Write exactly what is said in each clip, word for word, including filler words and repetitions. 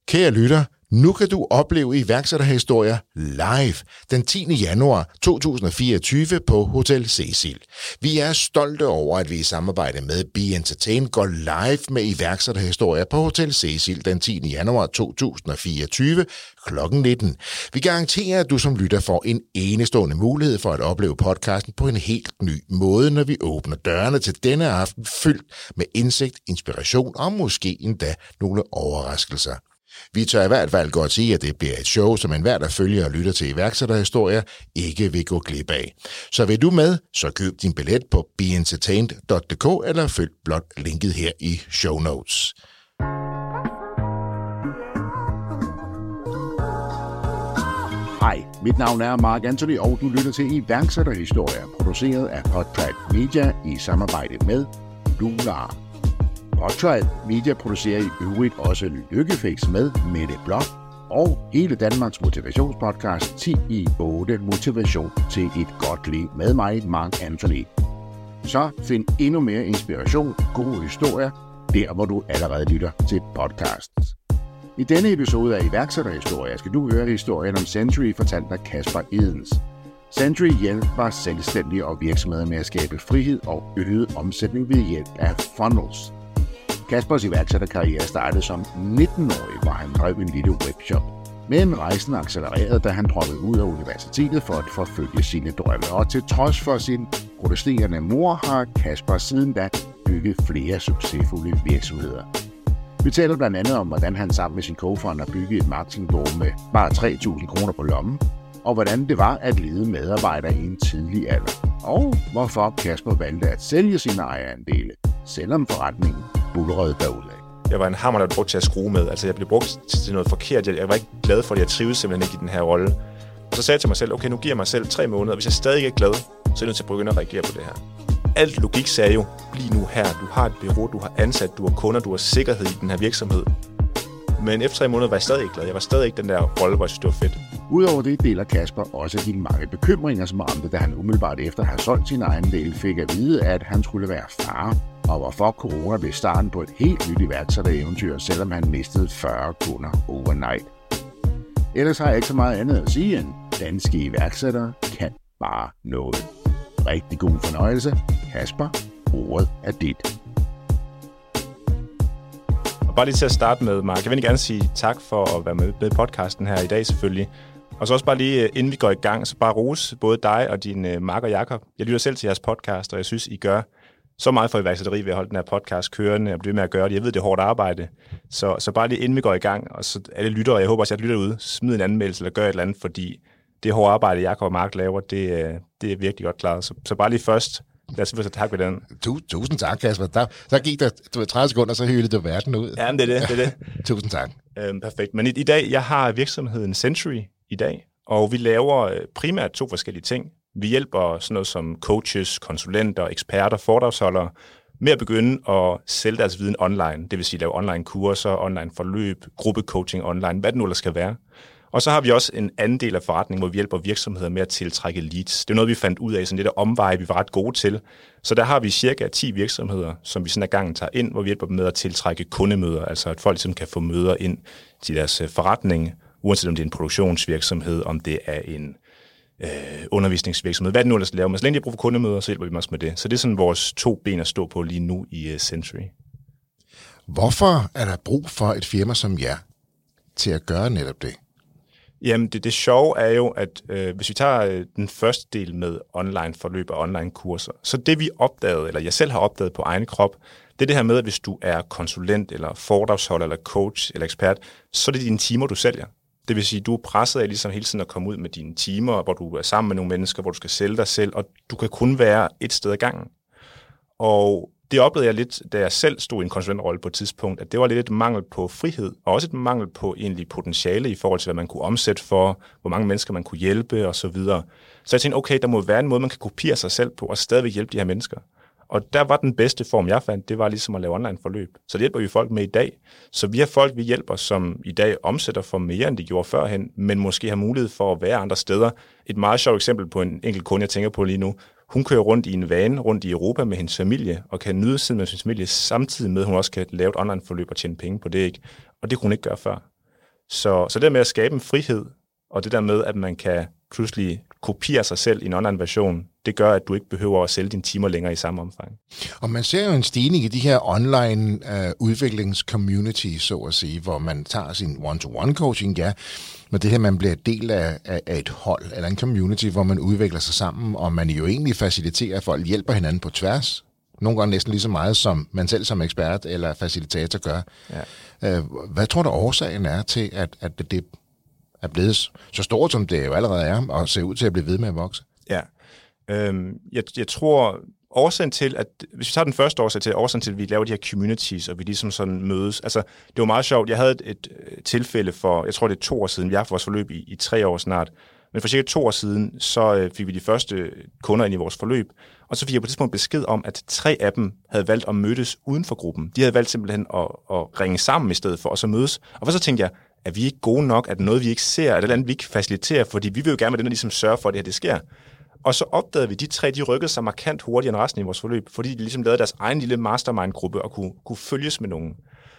Kære lytter, nu kan du opleve iværksætterhistorier live den tiende januar to tusind og fireogtyve på Hotel Cecil. Vi er stolte over, at vi i samarbejde med Be Entertain går live med iværksætterhistorier på Hotel Cecil den tiende januar to tusind og fireogtyve klokken nitten. Vi garanterer, at du som lytter får en enestående mulighed for at opleve podcasten på en helt ny måde, når vi åbner dørene til denne aften fyldt med indsigt, inspiration og måske endda nogle overraskelser. Vi tør i hvert fald godt sige, at det bliver et show, som enhver, der følger og lytter til iværksætterhistorier, ikke vil gå glip af. Så vil du med, så køb din billet på be entertained punktum d k eller følg blot linket her i show notes. Hej, mit navn er Mark Anthony, og du lytter til iværksætterhistorier, produceret af Podtrac Media i samarbejde med Lunar. Podtrac Media producerer i øvrigt også Lykkefix med Mette Blok og hele Danmarks motivationspodcast ti i otte Motivation til et godt liv med mig, Mark Anthony. Så find endnu mere inspiration, gode historier, der hvor du allerede lytter til podcasts. I denne episode af iværksætterhistorier skal du høre historien om Century fortalt af Kasper Edens. Century hjælper selvstændige og virksomheder med at skabe frihed og øget omsætning ved hjælp af funnels. Kaspers iværksætterkarriere startede som nitten-årig, hvor han drev en lille webshop. Men rejsen accelererede, da han droppede ud af universitetet for at forfølge sine drømme. Og til trods for sin protesterende mor, har Kasper siden da bygget flere succesfulde virksomheder. Vi taler blandt andet om, hvordan han sammen med sin co-founder byggede et marketingbureau med bare tre tusind kroner på lommen, og hvordan det var at lede medarbejdere i en tidlig alder. Og hvorfor Kasper valgte at sælge sine ejerandele, selvom forretningen bullerede derudad. Jeg var en hammer, der blev brugt til at skrue med. Altså, jeg blev brugt til noget forkert. Jeg var ikke glad for det. Jeg trives simpelthen ikke i den her rolle. Og så sagde jeg til mig selv, okay, nu giver jeg mig selv tre måneder. Hvis jeg stadig ikke er glad, så er jeg nødt til at begynde at reagere på det her. Alt logik sagde jo, bliv nu her. Du har et bureau, du har ansat, du har kunder, du har sikkerhed i den her virksomhed. Men efter tre måneder var jeg stadig ikke glad. Jeg var stadig ikke den der rolle, hvor jeg synes, det var fedt. Udover det deler Kasper også de mange bekymringer, som ramte, da han umiddelbart efter at have solgt sin egen del fik at vide, at han skulle være far, og hvorfor corona blev starten på et helt nyt iværksættereventyr, selvom han mistede fyrre kunder overnight. Ellers har jeg ikke så meget andet at sige end, danske iværksættere kan bare noget. Rigtig god fornøjelse. Kasper, ordet er dit. Og bare lige til at starte med, Mark, jeg vil gerne sige tak for at være med i podcasten her i dag selvfølgelig. Og så også bare lige, inden vi går i gang, så bare rose både dig og din uh, Mark og Jakob. Jeg lytter selv til jeres podcast, og jeg synes, I gør så meget for iværksætteri ved at holde den her podcast kørende og blive med at gøre det. Jeg ved, det er hårdt arbejde. Så, så bare lige inden vi går i gang, og så alle lytter, og jeg håber også, at jeg lytter ud, smid en anmeldelse eller gør et eller andet, fordi det hårde arbejde, Jakob og Mark laver, det, det er virkelig godt klaret. Så, så bare lige først, lad os sige tak ved den. Tusind tak, Kasper. Der, så gik der tredive sekunder, så hylede du verden ud. Jamen, det er det. det, er det. Tusind tak. Øhm, perfekt. Men i, i dag, jeg har virksomheden Century i dag, og vi laver primært to forskellige ting. Vi hjælper sådan noget som coaches, konsulenter, eksperter, foredragsholdere med at begynde at sælge deres viden online. Det vil sige lave online kurser, online forløb, gruppecoaching online, hvad det nu ellers skal være. Og så har vi også en anden del af forretningen, hvor vi hjælper virksomheder med at tiltrække leads. Det er noget, vi fandt ud af, sådan lidt af omveje, vi var ret gode til. Så der har vi cirka ti virksomheder, som vi sådan ad gangen tager ind, hvor vi hjælper dem med at tiltrække kundemøder, altså at folk ligesom kan få møder ind til deres forretning, uanset om det er en produktionsvirksomhed, om det er en øh, undervisningsvirksomhed, hvad det nu ellers laver. Men så længe de bruger for kundemøder, så hjælper vi også med det. Så det er sådan vores to ben at stå på lige nu i uh, Century. Hvorfor er der brug for et firma som jer til at gøre netop det? Jamen, det, det sjove er jo, at øh, hvis vi tager øh, den første del med online forløb og online kurser, så det vi opdagede, eller jeg selv har opdaget på egen krop, det er det her med, at hvis du er konsulent, eller foredragsholder, eller coach, eller ekspert, så er det dine timer, du sælger. Det vil sige, at du er presset af ligesom hele tiden at komme ud med dine timer, hvor du er sammen med nogle mennesker, hvor du skal sælge dig selv, og du kan kun være et sted ad gangen. Og det oplevede jeg lidt, da jeg selv stod i en konsulentrolle på et tidspunkt, at det var lidt et mangel på frihed, og også et mangel på egentlig potentiale i forhold til, hvad man kunne omsætte for, hvor mange mennesker man kunne hjælpe og så videre. Så jeg tænkte, okay, der må være en måde, man kan kopiere sig selv på, og stadigvæk hjælpe de her mennesker. Og der var den bedste form, jeg fandt, det var ligesom at lave online forløb. Så det hjælper vi folk med i dag. Så vi har folk, vi hjælper, som i dag omsætter for mere, end de gjorde førhen, men måske har mulighed for at være andre steder. Et meget sjovt eksempel på en enkelt kunde, jeg tænker på lige nu. Hun kører rundt i en van rundt i Europa med hendes familie, og kan nyde siden med sin familie, samtidig med, at hun også kan lave et online forløb og tjene penge på det, ikke? Og det kunne hun ikke gøre før. Så, så det med at skabe en frihed, og det der med, at man kan pludselig kopiere sig selv i en online-version, det gør, at du ikke behøver at sælge dine timer længere i samme omfang. Og man ser jo en stigning i de her online uh, udviklingscommunities, så at sige, hvor man tager sin one-to-one coaching, ja, men det her, man bliver del af, af, af et hold, eller en community, hvor man udvikler sig sammen, og man jo egentlig faciliterer, at folk hjælper hinanden på tværs. Nogle gange næsten lige så meget, som man selv som ekspert eller facilitator gør. Ja. Uh, hvad tror du årsagen er til, at, at det er blevet så stort, som det jo allerede er, og ser ud til at blive ved med at vokse? Ja, øhm, jeg, jeg tror, årsagen til, at hvis vi tager den første årsag til, årsagen til, at vi laver de her communities, og vi ligesom sådan mødes, altså det var meget sjovt, jeg havde et, et tilfælde for, jeg tror det er to år siden, vi har haft vores forløb i, i tre år snart, men for cirka to år siden, så øh, fik vi de første kunder ind i vores forløb, og så fik jeg på et tidspunkt besked om, at tre af dem havde valgt at mødes uden for gruppen. De havde valgt simpelthen at, at ringe sammen i stedet for, og så mødes. Og så tænkte jeg, er vi ikke gode nok? Er det noget, vi ikke ser? Er det noget, vi ikke faciliterer? Fordi vi vil jo gerne med den, der ligesom sørge for, at det her det sker. Og så opdagede vi, at de tre, de rykkede sig markant hurtigere end resten i vores forløb, fordi de ligesom lavede deres egen lille mastermind-gruppe og kunne, kunne følges med nogen.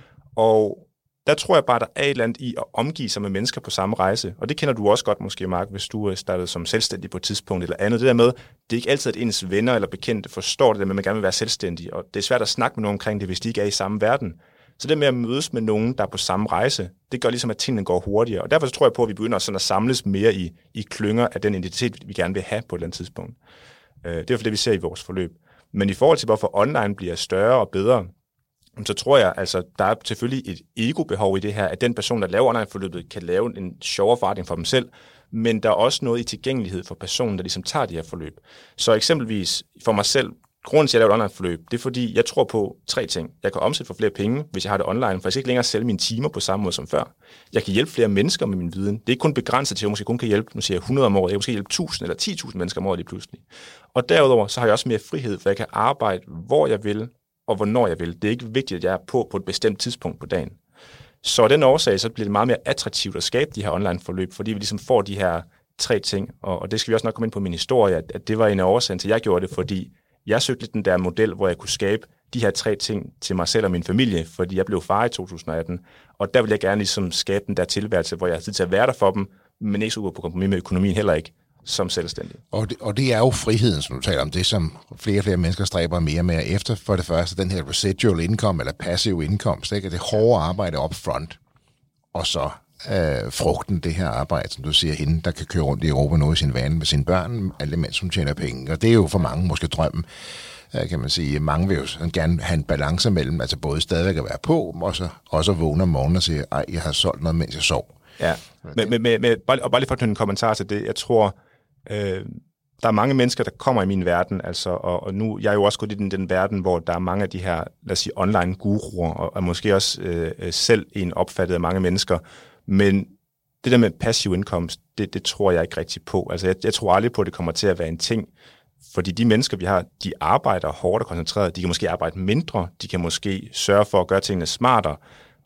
Og der tror jeg bare, der er et eller andet i at omgive sig med mennesker på samme rejse. Og det kender du også godt måske, Mark, hvis du startede som selvstændig på et tidspunkt eller andet. Det der med, det er ikke altid, at ens venner eller bekendte forstår det, med at man gerne vil være selvstændig. Og det er svært at snakke med nogen omkring det, hvis de ikke er i samme verden. Så det med at mødes med nogen, der er på samme rejse, det gør ligesom, at tingene går hurtigere. Og derfor så tror jeg på, at vi begynder sådan at samles mere i, i klynger af den identitet, vi gerne vil have på et eller andet tidspunkt. Det er for det, vi ser i vores forløb. Men i forhold til, hvorfor online bliver større og bedre, så tror jeg, altså, der er selvfølgelig et ego-behov i det her, at den person, der laver online-forløbet, kan lave en sjovere forretning for dem selv, men der er også noget i tilgængelighed for personen, der ligesom tager de her forløb. Så eksempelvis for mig selv, grunden til, at jeg laver et online-forløb, det er fordi, jeg tror på tre ting. Jeg kan omsætte for flere penge, hvis jeg har det online, for jeg skal ikke længere sælge mine timer på samme måde som før. Jeg kan hjælpe flere mennesker med min viden. Det er ikke kun begrænset til, at jeg måske kun kan hjælpe, nu siger jeg hundrede om året, jeg kan måske hjælpe tusind eller ti tusind mennesker om året lige pludselig. Og derudover, så har jeg også mere frihed, for jeg kan arbejde, hvor jeg vil, og hvornår jeg vil. Det er ikke vigtigt, at jeg er på på et bestemt tidspunkt på dagen. Så af den årsag, så bliver det meget mere attraktivt at skabe de her online-forløb, fordi vi ligesom får de her tre ting, og, og det skal vi også nok komme ind på min historie, at, at det var en af årsagen til, at jeg gjorde det, fordi jeg søgte lidt den der model, hvor jeg kunne skabe de her tre ting til mig selv og min familie, fordi jeg blev far i to tusind og atten, og der ville jeg gerne ligesom skabe den der tilværelse, hvor jeg har tid til at være der for dem, men ikke så ud på kompromis med økonomien heller ikke, som selvstændig. Og det, og det er jo friheden, som du taler om, det som flere og flere mennesker stræber mere og mere efter. For det første, den her residual income, eller passive indkomst, ikke? Det hårde arbejde up front, og så øh, frugten, det her arbejde, som du siger, hende, der kan køre rundt i Europa nu i sin van med sine børn, alt mens hun tjener penge. Og det er jo for mange måske drømmen, øh, kan man sige. Mange vil jo gerne have en balance mellem, altså både stadigvæk at være på, og så også vågne om morgenen og sige, ej, jeg har solgt noget, mens jeg sov. Ja, med, med, med, med, og bare lige for at en kommentar til det, jeg tror, øh, der er mange mennesker, der kommer i min verden, altså, og, og nu, jeg er jo også gået i den, den verden, hvor der er mange af de her, lad os sige, online guruer, og, og måske også øh, selv en opfattet af mange mennesker, men det der med passiv indkomst, det, det tror jeg ikke rigtig på. Altså, jeg, jeg tror aldrig på, at det kommer til at være en ting, fordi de mennesker, vi har, de arbejder hårdt og koncentreret, de kan måske arbejde mindre, de kan måske sørge for at gøre tingene smartere,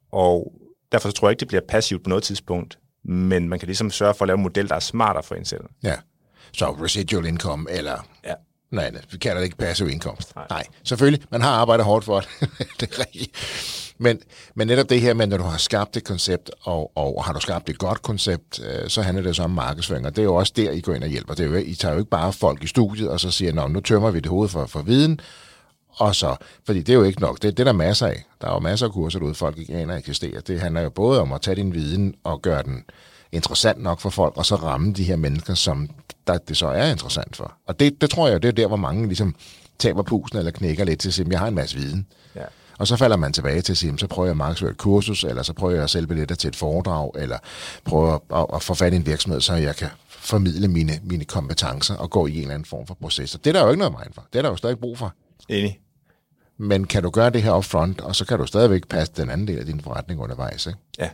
og derfor så tror jeg ikke, det bliver passivt på noget tidspunkt, men man kan ligesom sørge for at lave en model, der er smartere for en selv. Ja, så residual income, eller... Ja. Nej, vi kalder det ikke passiv indkomst. Nej. Nej, selvfølgelig, man har arbejdet hårdt for det. Det er rigtigt. Men, men netop det her med, når du har skabt et koncept, og, og har du skabt et godt koncept, øh, så handler det så om markedsføring, og det er jo også der, I går ind og hjælper. Det er jo, I tager jo ikke bare folk i studiet, og så siger, nå, nu tømmer vi det hoved for, for viden, og så, fordi det er jo ikke nok, det, det er der masser af. Der er jo masser af kurser derude, folk ikke aner eksisterer. Det handler jo både om at tage din viden og gøre den interessant nok for folk, og så ramme de her mennesker, som der, det så er interessant for. Og det, det tror jeg jo, det er der, hvor mange ligesom taber pusen eller knækker lidt til at sige, jeg har en masse viden. Ja. Og så falder man tilbage til at sige, så prøver jeg at markedsføre et kursus, eller så prøver jeg at sælge billetter til et foredrag, eller prøver at, at få fat i en virksomhed, så jeg kan formidle mine, mine kompetencer og gå i en eller anden form for proces. Og det er der jo ikke noget vejen for. Det er der jo stadig brug for. Enig. Men kan du gøre det her upfront, og så kan du stadigvæk passe den anden del af din forretning undervejs, ikke? Ja.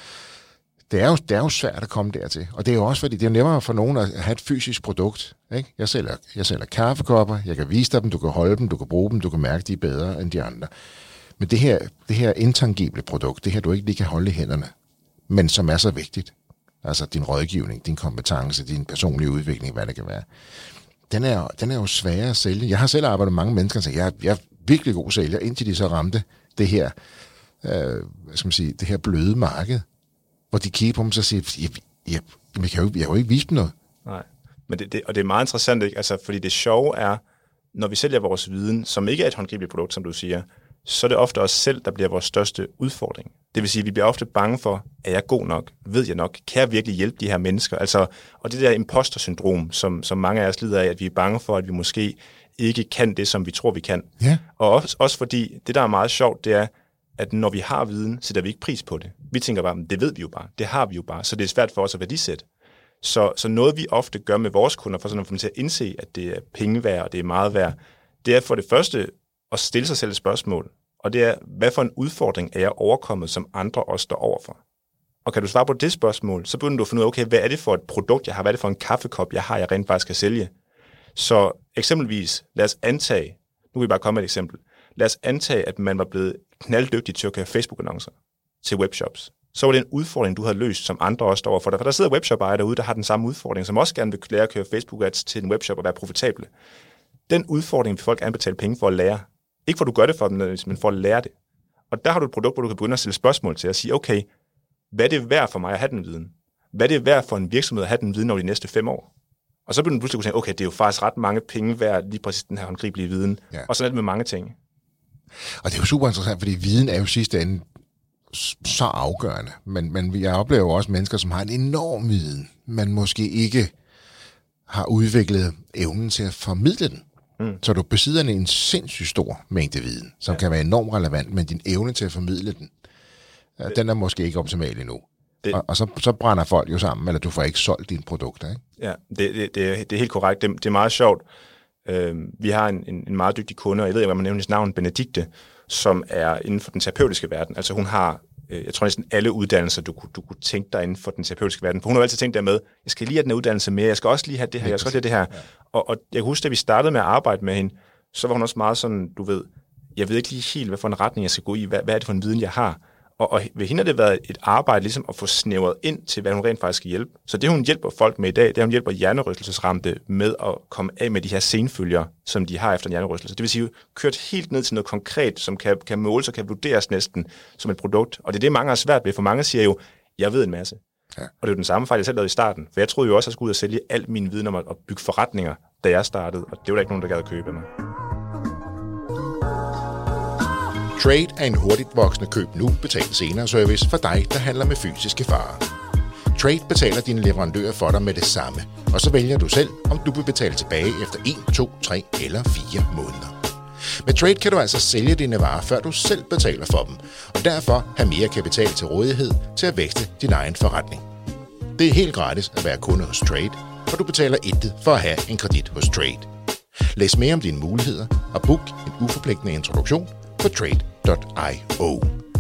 Det er, jo, det er jo svært at komme dertil. Og det er jo også, fordi det er nemmere for nogen at have et fysisk produkt. Ikke? Jeg, sælger, jeg sælger kaffekopper, jeg kan vise dig dem, du kan holde dem, du kan bruge dem, du kan mærke, de er bedre end de andre. Men det her, det her intangible produkt, det her du ikke lige kan holde i hænderne, men som er så vigtigt, altså din rådgivning, din kompetence, din personlige udvikling, hvad det kan være, den er, den er jo sværere at sælge. Jeg har selv arbejdet med mange mennesker, og sagt, jeg, jeg er virkelig god sælger, indtil de så ramte det her, øh, hvad skal man sige, det her bløde marked. hvor de kigger på mig, så siger jeg, jeg, jeg, jeg, kan jo, jeg kan jo ikke vise dem noget. Nej, men det, det, og det er meget interessant, ikke? Altså, fordi det sjove er, når vi sælger vores viden, som ikke er et håndgribeligt produkt, som du siger, så er det ofte os selv, der bliver vores største udfordring. Det vil sige, at vi bliver ofte bange for, er jeg god nok? Ved jeg nok? Kan jeg virkelig hjælpe de her mennesker? Altså, og det der imposter-syndrom, som, som mange af os lider af, at vi er bange for, at vi måske ikke kan det, som vi tror, vi kan. Ja. Og også, også fordi, det der er meget sjovt, det er, at når vi har viden, sætter vi ikke pris på det. Vi tænker bare, det ved vi jo bare, det har vi jo bare, så det er svært for os at værdisætte. Så, så noget, vi ofte gør med vores kunder, for sådan at få dem til at indse, at det er penge værd, og det er meget værd, det er for det første at stille sig selv et spørgsmål. Og det er, hvad for en udfordring er jeg overkommet, som andre også står overfor? Og kan du svare på det spørgsmål, så begynder du at finde ud af, okay, hvad er det for et produkt, jeg har? Hvad er det for en kaffekop, jeg har, jeg rent faktisk skal sælge? Så eksempelvis, lad os antage, nu vil jeg bare komme med et eksempel, lad os antage, at man var blevet knalddygtig til at køre Facebook-annoncer til webshops. Så var det en udfordring, du havde løst, som andre også står overfor dig. For der sidder webshop-ejere derude, der har den samme udfordring, som også gerne vil lære at køre Facebook-ads til en webshop og være profitable. Den udfordring vil folk gerne betale penge for at lære. Ikke for at du gør det for dem, men for at lære det. Og der har du et produkt, hvor du kan begynde at stille spørgsmål til og sige, okay, hvad er det værd for mig at have den viden? Hvad er det værd for en virksomhed at have den viden over de næste fem år? Og så begynder du pludselig at sige, okay, det er jo faktisk ret mange penge værd, lige præcis den her håndgribelige viden. Ja. Og sådan er det med mange ting. Og det er jo super interessant, fordi viden er jo sidste ende så afgørende. Men, men jeg oplever jo også mennesker, som har en enorm viden, men måske ikke har udviklet evnen til at formidle den. Mm. Så du besidder en sindssygt stor mængde viden, som ja. kan være enormt relevant, men din evne til at formidle den, det, den er måske ikke optimal endnu. Det, og og så, så brænder folk jo sammen, eller du får ikke solgt dine produkter, ikke? Ja, det, det, det, er, det er helt korrekt. Det, det er meget sjovt. Uh, vi har en, en, en meget dygtig kunde, og jeg ved ikke, hvad man nævner hendes navn, Benedikte, som er inden for den terapeutiske verden. Altså hun har, øh, jeg tror næsten alle uddannelser, du, du kunne tænke dig inden for den terapeutiske verden. For hun har altid tænkt dermed, jeg skal lige have den her uddannelse med, jeg skal også lige have det her, jeg skal også lige have det her. Ja. Og, og jeg kan huske, da vi startede med at arbejde med hende, så var hun også meget sådan, du ved, jeg ved ikke lige helt, hvad for en retning jeg skal gå i, hvad, hvad er det for en viden, jeg har. Og, og ved hende har det været et arbejde ligesom at få snævret ind til, hvad hun rent faktisk skal hjælpe. Så det, hun hjælper folk med i dag, det er, at hun hjælper hjernerystelsesramte med at komme af med de her senfølger, som de har efter en hjernerystelse. Det vil sige, kørt helt ned til noget konkret, som kan, kan måles og kan vurderes næsten som et produkt. Og det er det, mange har svært ved, for mange siger jo, jeg ved en masse. Ja. Og det er jo den samme fejl, jeg selv lavede i starten. For jeg troede jo også, at jeg skulle ud og sælge al min viden om at bygge forretninger, da jeg startede. Og det var der ikke nogen, der gad at købe af mig. Trade er en hurtigt voksende køb nu, betal senere service for dig, der handler med fysiske varer. Trade betaler dine leverandører for dig med det samme, og så vælger du selv, om du vil betale tilbage efter en, to, tre eller fire måneder. Med Trade kan du altså sælge dine varer, før du selv betaler for dem, og derfor have mere kapital til rådighed til at vækste din egen forretning. Det er helt gratis at være kunde hos Trade, og du betaler intet for at have en kredit hos Trade. Læs mere om dine muligheder og book en uforpligtende introduktion på trade punktum io.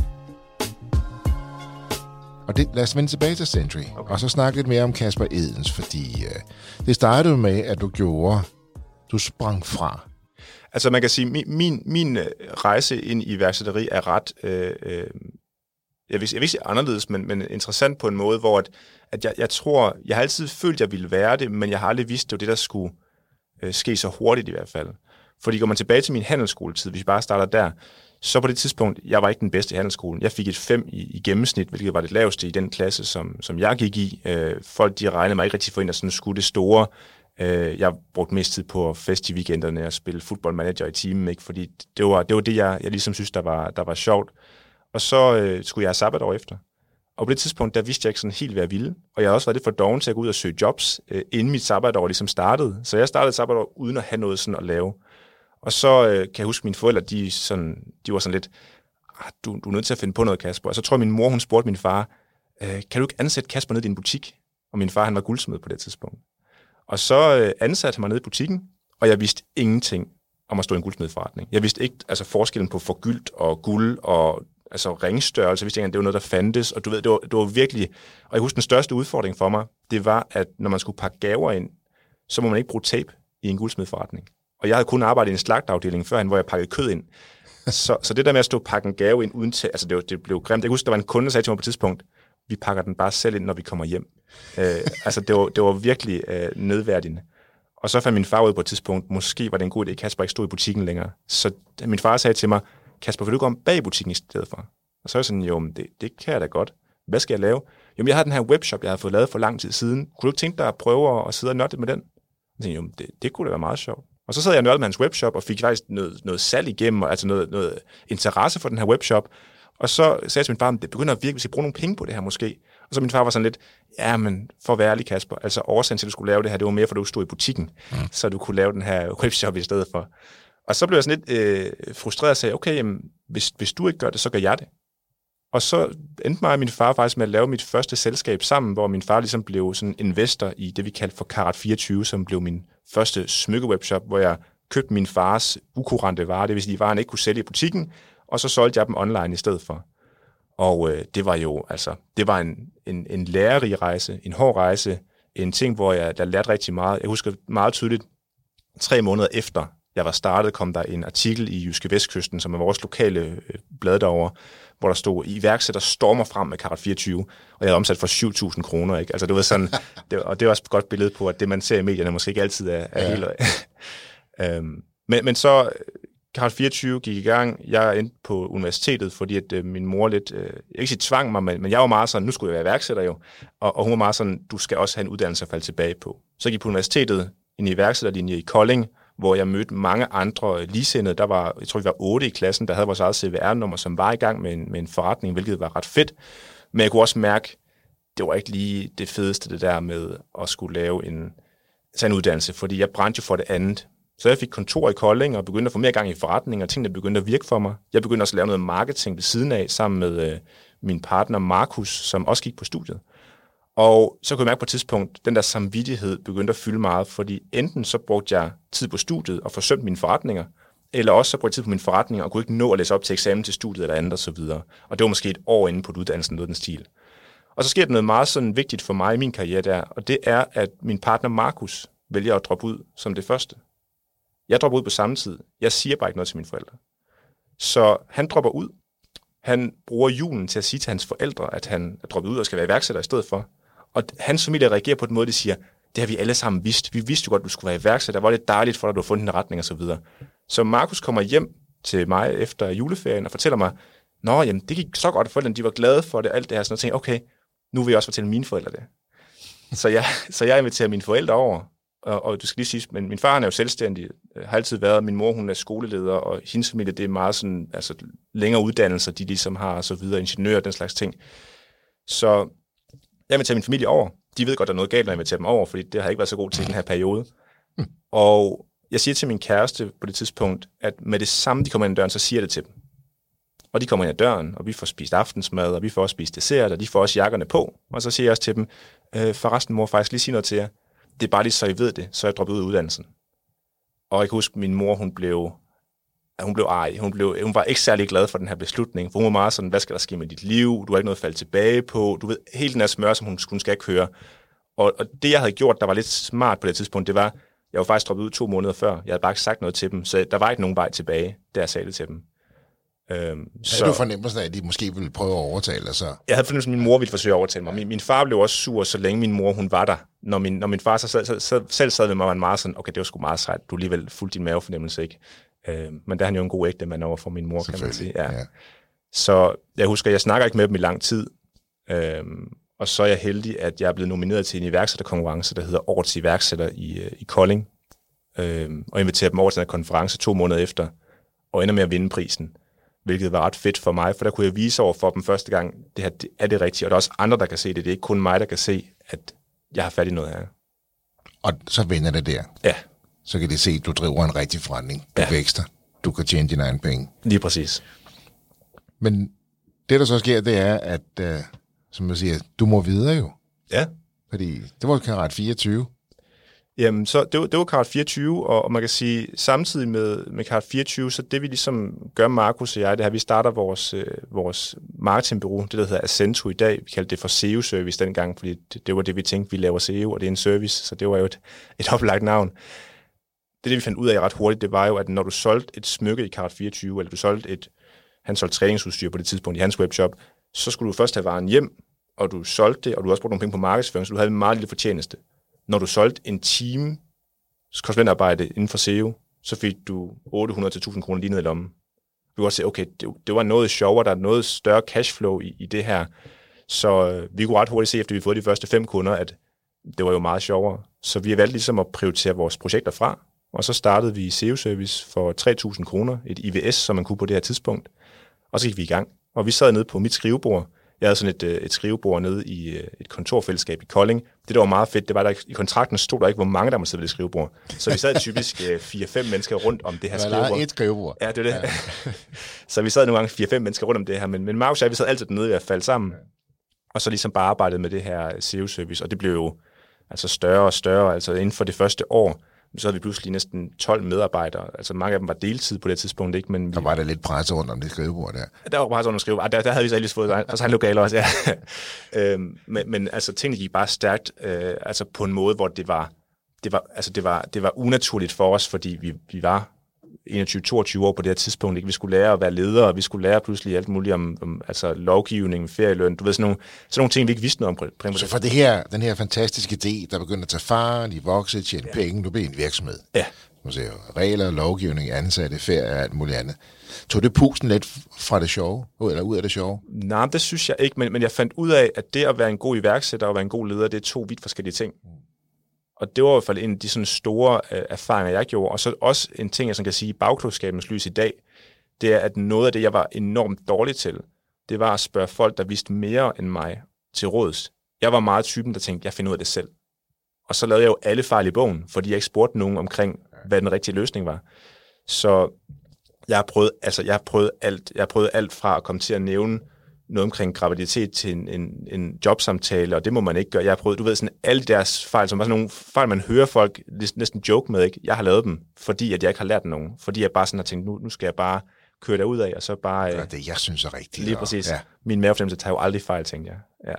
Og det, lad os vende tilbage til Sentry, okay. Og så snakke lidt mere om Kasper Edens, fordi øh, det startede med, at du gjorde, du sprang fra. Altså man kan sige, min, min, min rejse ind i iværksætteri er ret, øh, øh, jeg, vil, jeg vil ikke sige anderledes, men, men interessant på en måde, hvor at, at jeg, jeg tror, jeg har altid følt, at jeg ville være det, men jeg har aldrig vidst, det var det, der skulle øh, ske så hurtigt i hvert fald. Fordi går man tilbage til min handelsskoletid, hvis vi bare starter der, så på det tidspunkt, jeg var ikke den bedste i handelsskolen. Jeg fik et fem i, i gennemsnit, hvilket var det laveste i den klasse, som, som jeg gik i. Øh, folk, de regnede mig ikke rigtig for en, der sådan skulle det store. Øh, jeg brugte mest tid på fest i weekenderne og spille footballmanager i timen, ikke? Fordi det var det, var det jeg, jeg ligesom synes, der var, der var sjovt. Og så øh, skulle jeg have sabbatår efter. Og på det tidspunkt, der vidste jeg ikke sådan helt, hvad jeg ville. Og jeg har også været lidt for doven til at gå ud og søge jobs, øh, inden mit sabbatår ligesom startede. Så jeg startede sabbatår uden at have noget sådan at lave. Og så øh, kan jeg huske, at mine forældre, de, sådan, de var sådan lidt, ah, du, du er nødt til at finde på noget, Kasper. Og så tror jeg, min mor, hun spurgte min far, øh, kan du ikke ansætte Kasper ned i din butik? Og min far, han var guldsmed på det tidspunkt. Og så øh, ansatte han mig ned i butikken, og jeg vidste ingenting om at stå i en guldsmedforretning. Jeg vidste ikke altså forskellen på forgyldt og guld og altså ringstørrelse. Jeg vidste ikke, at det var noget, der fandtes. Og du ved, det var, det var virkelig... Og jeg husker, den største udfordring for mig, det var, at når man skulle pakke gaver ind, så må man ikke bruge tape i en guldsmedforretning. Og jeg havde kun arbejdet i en slagtafdeling førhen, hvor jeg pakkede kød ind. Så, så det der med at stå og pakke en gave ind uden til, altså det, det blev grimt. Jeg husker, der var en kunde, der sagde til mig på et tidspunkt, vi pakker den bare selv ind, når vi kommer hjem. øh, altså det var, det var virkelig øh, nedværdigende. Og så fandt min far ud på et tidspunkt, måske var det en god idé, at Kasper ikke stod i butikken længere. Så min far sagde til mig, Kasper, vil du gå om bag butikken i stedet for? Og så er jeg sådan, jo, det, det kan jeg da godt. hvad skal jeg lave? Jamen, jeg har den her webshop, jeg har fået lavet for lang tid siden. Kunne du ikke tænke dig at prøve at sidde og nørde med den? Jeg tænkte, jo, det, det kunne da være meget sjovt. Og så sad jeg og nørdede med hans webshop, og fik faktisk noget, noget salg igennem, og altså noget, noget interesse for den her webshop. Og så sagde jeg til min far, det begynder at virke, hvis jeg bruger nogle penge på det her måske. Og så min far var sådan lidt, ja, men for at være ærlig, Kasper, altså årsagen til, at du skulle lave det her, det var mere, for at du stod i butikken, mm. så du kunne lave den her webshop i stedet for. Og så blev jeg sådan lidt øh, frustreret og sagde, okay, jamen, hvis, hvis du ikke gør det, så gør jeg det. Og så endte mig og min far faktisk med at lave mit første selskab sammen, hvor min far ligesom blev sådan investor i det, vi kaldte for Carat fireogtyve, som blev min første smykke-webshop, hvor jeg købte min fars ukurante varer, det vil sige, de varer, han ikke kunne sælge i butikken, og så solgte jeg dem online i stedet for. Og øh, det var jo, altså, det var en, en, en lærerig rejse, en hård rejse, en ting, hvor jeg der lærte rigtig meget. Jeg husker meget tydeligt, tre måneder efter jeg var startet, kom der en artikel i Jyske Vestkysten, som er vores lokale øh, blad derovre, hvor der stod, iværksætter stormer frem med Carat fireogtyve, og jeg havde omsat for syv tusind kroner, ikke? Altså det var sådan, det, og det var også et godt billede på, at det, man ser i medierne, måske ikke altid er, er ja. helt... øhm, men, men så, Carat fireogtyve gik i gang, jeg endte på universitetet, fordi at øh, min mor lidt, øh, ikke sige tvang mig, men, men jeg var meget sådan, nu skulle jeg være iværksætter jo, og, og hun var meget sådan, du skal også have en uddannelse at falde tilbage på. Så gik jeg på universitetet, en iværksætterlinje i Kolding, hvor jeg mødte mange andre ligesindede. Der var, jeg tror, vi var otte i klassen, der havde vores eget C V R-nummer, som var i gang med en, med en forretning, hvilket var ret fedt. Men jeg kunne også mærke, det var ikke lige det fedeste, det der med at skulle lave en, tage en uddannelse, fordi jeg brændte jo for det andet. Så jeg fik kontor i Kolding og begyndte at få mere gang i forretninger, og tingene begyndte at virke for mig. Jeg begyndte også at lave noget marketing ved siden af, sammen med øh, min partner Markus, som også gik på studiet. Og så kunne jeg mærke på et tidspunkt, den der samvittighed begyndte at fylde meget, fordi enten så brugte jeg tid på studiet og forsømte mine forretninger, eller også så brugte jeg tid på mine forretninger og kunne ikke nå at læse op til eksamen til studiet eller andet og så videre. Og det var måske et år inde på uddannelsen, noget den stil. Og så sker der noget meget sådan vigtigt for mig i min karriere der, og det er, at min partner Markus vælger at droppe ud som det første. Jeg dropper ud på samme tid. Jeg siger bare ikke noget til mine forældre. Så han dropper ud. Han bruger julen til at sige til hans forældre, at han er droppet ud og skal være iværksætter i stedet for. Og hans familie reagerer på den måde, de siger, det har vi alle sammen vidst. Vi vidste jo godt, at du skulle være iværksætter. Det var lidt dejligt for dig, at du har fundet en retning og så videre. Så Markus kommer hjem til mig efter juleferien og fortæller mig, nå, jamen, det gik så godt, at forældrene de var glade for det, alt det her. Sådan noget. Jeg tænkte, okay, nu vil jeg også fortælle mine forældre det. Så jeg, så jeg inviterer mine forældre over, og, og du skal lige sige, men min far han er jo selvstændig, har altid været, min mor hun er skoleleder, og hendes familie, det er meget sådan, altså længere uddannelser, de ligesom har, og så videre, ingeniører og den slags ting. Så jeg vil tage min familie over. De ved godt, der er noget galt, når jeg vil tage dem over, fordi det har ikke været så god til den her periode. Mm. Og jeg siger til min kæreste på det tidspunkt, at med det samme, de kommer ind ad døren, så siger jeg det til dem. Og de kommer ind ad døren, og vi får spist aftensmad, og vi får også spist dessert, og de får også jakkerne på. Og så siger jeg også til dem, øh, forresten mor, faktisk lige sige noget til jer. Det er bare lige så I ved det, så jeg droppet ud af uddannelsen. Og jeg kan huske, at min mor, hun blev, hun blev ej. Hun, blev, hun var ikke særlig glad for den her beslutning, for hun var meget sådan, hvad skal der ske med dit liv? Du har ikke noget at falde tilbage på. Du ved, hele den her smør, som hun, hun skal ikke høre. Og, og det, jeg havde gjort, der var lidt smart på det tidspunkt, det var, jeg var faktisk droppet ud to måneder før. Jeg havde bare ikke sagt noget til dem, så der var ikke nogen vej tilbage, da jeg sagde det til dem. Øhm, så du fornemmelsen af, at de måske ville prøve at overtale dig så? Jeg havde fornemmelsen, at min mor ville forsøge at overtale mig. Min, min far blev også sur, så længe min mor hun var der. Når min, når min far så sad, så, så, selv sad ved mig, var meget sådan, okay, det var sgu meget sejt. Du alligevel fulgte din mavefornemmelse, ikke? Øhm, men der er han jo en god ægte mand over for min mor, kan man sige. Ja. Ja. Så jeg husker, jeg snakker ikke med dem i lang tid. Øhm, og så er jeg heldig, at jeg er blevet nomineret til en iværksætterkonkurrence, der hedder Årets iværksætter i, i Kolding. Øhm, og inviterer dem over til den her konference to måneder efter, og ender med at vinde prisen. Hvilket var ret fedt for mig, for der kunne jeg vise over for dem første gang, det her det er det rigtige, og der er også andre, der kan se det. Det er ikke kun mig, der kan se, at jeg har fat i noget her. Og så vender det der. Ja. Så kan de se, at du driver en rigtig forretning. Du ja. vækster. Du kan tjene dine egne penge. Lige præcis. Men det, der så sker, det er, at, uh, som jeg siger, du må videre jo. Ja. Fordi det var Carat fireogtyve. Jamen, så det var, det var Carat fireogtyve, og, og man kan sige, samtidig med, med Carat fireogtyve, så det vi ligesom gør, Markus og jeg, det her, vi starter vores, øh, vores marketingbureau, det der hedder Accento i dag, vi kaldte det for S E O-service dengang, fordi det, det var det, vi tænkte, vi laver S E O, og det er en service, så det var jo et, et oplagt navn. Det, det vi fandt ud af ret hurtigt, det var jo, at når du solgte et smykke i Carat fireogtyve, eller du solgte et, han solgte træningsudstyr på det tidspunkt i hans webshop, så skulle du først have varen hjem, og du solgte det, og du også brugte nogle penge på markedsføring, så du havde en meget lille fortjeneste. Når du solgte en time konsulentarbejde inden for S E O, så fik du otte hundrede til tusind kroner lige ned i lommen. Du kan godt se, okay, det, det var noget sjovere, der er noget større cashflow i, i det her. Så øh, vi kunne ret hurtigt se, efter vi fået de første fem kunder, at det var jo meget sjovere. Så vi har valgt ligesom at prioritere vores projekter fra, og så startede vi S E O-service for tre tusind kroner, et I V S, som man kunne på det her tidspunkt. Og så gik vi i gang. Og vi sad nede på mit skrivebord. Jeg havde sådan et, et skrivebord nede i et kontorfællesskab i Kolding. Det, der var meget fedt, det var, der i kontrakten stod der ikke, hvor mange der må sidde ved det skrivebord. Så vi sad typisk fire fem mennesker rundt om det her skrivebord. Der var et skrivebord. Ja, det er det. Ja. Så vi sad nogle gange fire fem mennesker rundt om det her. Men, men Markus og jeg, vi sad altid dernede i hvert fald sammen. Ja. Og så ligesom bare arbejdede med det her S E O-service. Og det blev jo altså større og større. Altså inden for det første år, så havde vi pludselig næsten tolv medarbejdere. Altså mange af dem var deltid på det tidspunkt, ikke? Men vi... Der var der lidt pres rundt om det skrivebord der. Der var pres rundt om skrivebord. Der, der havde vi så heldigvis fået også en lokal også, ja. øhm, men, men altså tingene gik bare stærkt, øh, altså på en måde, hvor det var, det var, altså det var, det var unaturligt for os, fordi vi, vi var enogtyve til toogtyve år på det her tidspunkt. Ikke? Vi skulle lære at være ledere, og vi skulle lære pludselig alt muligt om, om altså lovgivning, ferieløn, du ved, sådan nogle, sådan nogle ting, vi ikke vidste noget om. Så for det her, den her fantastiske idé, der begyndte at tage far, de voksede, tjene ja. penge, du blev en virksomhed. Ja. Man ser regler, lovgivning, ansatte, ferie og alt muligt andet. Tog det pusten lidt fra det sjove, eller ud af det sjove? Nej, det synes jeg ikke, men, men jeg fandt ud af, at det at være en god iværksætter og være en god leder, det er to vidt forskellige ting. Og det var i hvert fald en af de sådan store øh, erfaringer, jeg gjorde. Og så også en ting, jeg sådan kan sige i bagklogskabens lys i dag, det er, at noget af det, jeg var enormt dårlig til, det var at spørge folk, der vidste mere end mig til råds. Jeg var meget typen, der tænkte, jeg finder ud af det selv. Og så lavede jeg jo alle fejl i bogen, fordi jeg ikke spurgte nogen omkring, hvad den rigtige løsning var. Så jeg har prøvet, altså jeg har prøvet alt. Jeg har prøvet alt fra at komme til at nævne noget omkring graviditet til en, en, en jobsamtale, og det må man ikke gøre. Jeg har prøvet, du ved, sådan alle deres fejl, som var sådan nogle fejl, man hører folk næsten joke med, ikke? Jeg har lavet dem, fordi at jeg ikke har lært nogen. Fordi jeg bare sådan har tænkt, nu, nu skal jeg bare køre derud af, og så bare... Det er det, jeg synes er rigtigt. Lige præcis. Ja. Min mavefornemmelse tager jo aldrig fejl, tænkte jeg. Ja.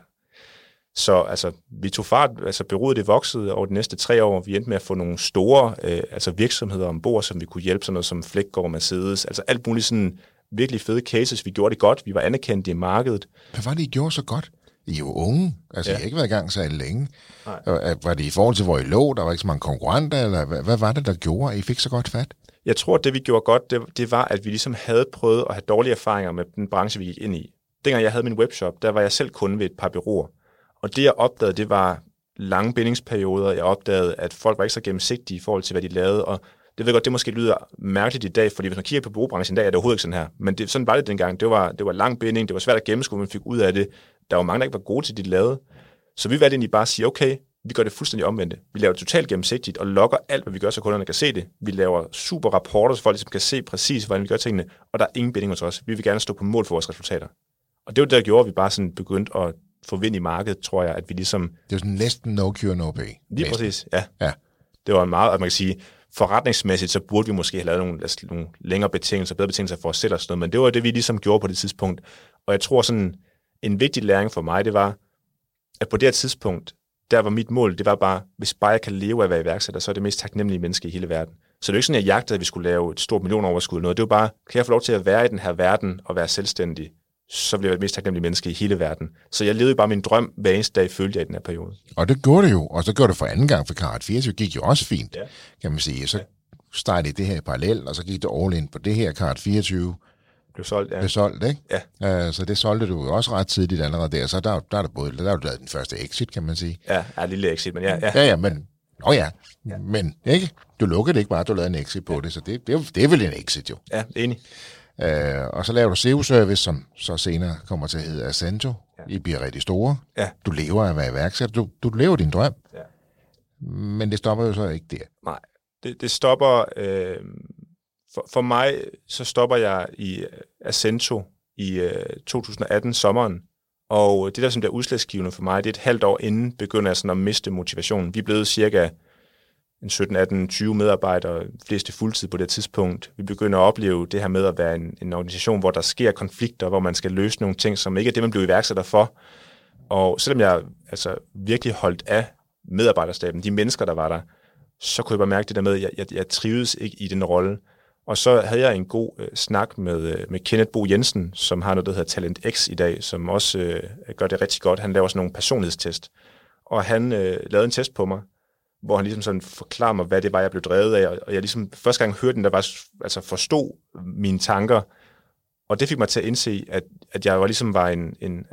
Så altså, vi tog fart, altså bureauet det voksede over de næste tre år. Vi endte med at få nogle store øh, altså virksomheder ombord, som vi kunne hjælpe, sådan noget som Flækgaard, Mercedes, altså alt muligt sådan virkelig fede cases. Vi gjorde det godt, vi var anerkendt i markedet. Hvad var det, I gjorde så godt? I er jo unge, altså ja. I har ikke været i gang så længe. Nej. Var det i forhold til, hvor I lå, der var ikke så mange konkurrenter, eller hvad, hvad var det, der gjorde, at I fik så godt fat? Jeg tror, at det vi gjorde godt, det, det var, at vi ligesom havde prøvet at have dårlige erfaringer med den branche, vi gik ind i. Dengang jeg havde min webshop, der var jeg selv kunde ved et par bureauer. Og det, jeg opdagede, det var lange bindingsperioder. Jeg opdagede, at folk var ikke så gennemsigtige i forhold til, hvad de lavede. Og det ved jeg godt, det måske lyder mærkeligt i dag, fordi hvis man kigger på bureaubranchen i dag, er det overhovedet ikke sådan her. Men det, sådan var det dengang. Det var, det var lang binding, det var svært at gennemskue, man fik ud af det. Der var mange, der ikke var gode til det, de lavede. Så vi valgte egentlig bare at sige, okay, vi gør det fuldstændig omvendt. Vi laver det totalt gennemsigtigt og logger alt, hvad vi gør, så kunderne kan se det. Vi laver super rapporter, så folk ligesom kan se præcis, hvordan vi gør tingene, og der er ingen binding hos os. Vi vil gerne stå på mål for vores resultater. Og det var det, der gjorde, at vi bare sådan begyndte at få vind i markedet, tror jeg, at vi ligesom... Det var sådan næsten no cure, no pay. Lige præcis, ja. ja. Det var en meget, at man kan sige, forretningsmæssigt, så burde vi måske have lavet nogle, altså, nogle længere betingelser, bedre betingelser for os selv og sådan noget, men det var det, vi ligesom gjorde på det tidspunkt. Og jeg tror sådan, en vigtig læring for mig, det var, at på det her tidspunkt, der var mit mål, det var bare, hvis bare jeg kan leve af at være iværksætter, så er det mest taknemmelige menneske i hele verden. Så det er jo ikke sådan, at jeg jagtede, at vi skulle lave et stort millionoverskud eller noget. Det var bare, kan jeg få lov til at være i den her verden og være selvstændig, så blev jeg det mest taknemmelige menneske i hele verden. Så jeg levede bare min drøm hver eneste dag, følte jeg i den her periode. Og det gjorde det jo, og så gjorde det for anden gang, for Karat fireogtyve gik jo også fint, ja. Kan man sige. Så ja. Startede det her parallelt, og så gik det all in på det her. Karat fireogtyve blev solgt, ja. Blev solgt, ikke? Ja. Uh, så det solgte du jo også ret tidligt allerede der, så der, der er der både, der er du lavet den første exit, kan man sige. Ja, ja, lille exit, men ja. Ja, ja, ja men, nå ja, ja. Men ikke? Du lukkede det ikke bare, du lavede en exit på ja. Det, så det, det, er, det er vel en exit jo. Ja, enig. Uh, og så laver du S E O-service, som så senere kommer til at hedde Ascento. Ja. I bliver rigtig store. Ja. Du lever af at være iværksætter. Du, du lever din drøm. Ja. Men det stopper jo så ikke der. Nej, det, det stopper... Øh, for, for mig, så stopper jeg i Ascento i øh, to tusind atten sommeren. Og det, der som bliver udslagsgivende for mig, det er et halvt år inden, begynder jeg sådan at miste motivationen. Vi er blevet cirka en sytten, atten, tyve medarbejdere, fleste fuldtid på det tidspunkt. Vi begynder at opleve det her med at være en, en organisation, hvor der sker konflikter, hvor man skal løse nogle ting, som ikke er det, man blev iværksætter for. Og selvom jeg altså virkelig holdt af medarbejderstaben, de mennesker, der var der, så kunne jeg bare mærke det der med, at jeg, jeg, jeg trivedes ikke i den rolle. Og så havde jeg en god øh, snak med, øh, med Kenneth Bo Jensen, som har noget, der hedder Talent X i dag, som også øh, gør det rigtig godt. Han laver sådan nogle personlighedstest. Og han øh, lavede en test på mig, hvor han ligesom sådan forklarer mig, hvad det var, jeg blev drevet af, og jeg ligesom første gang hørte den, der var, altså forstod mine tanker, og det fik mig til at indse, at, at jeg var ligesom var en, en, altså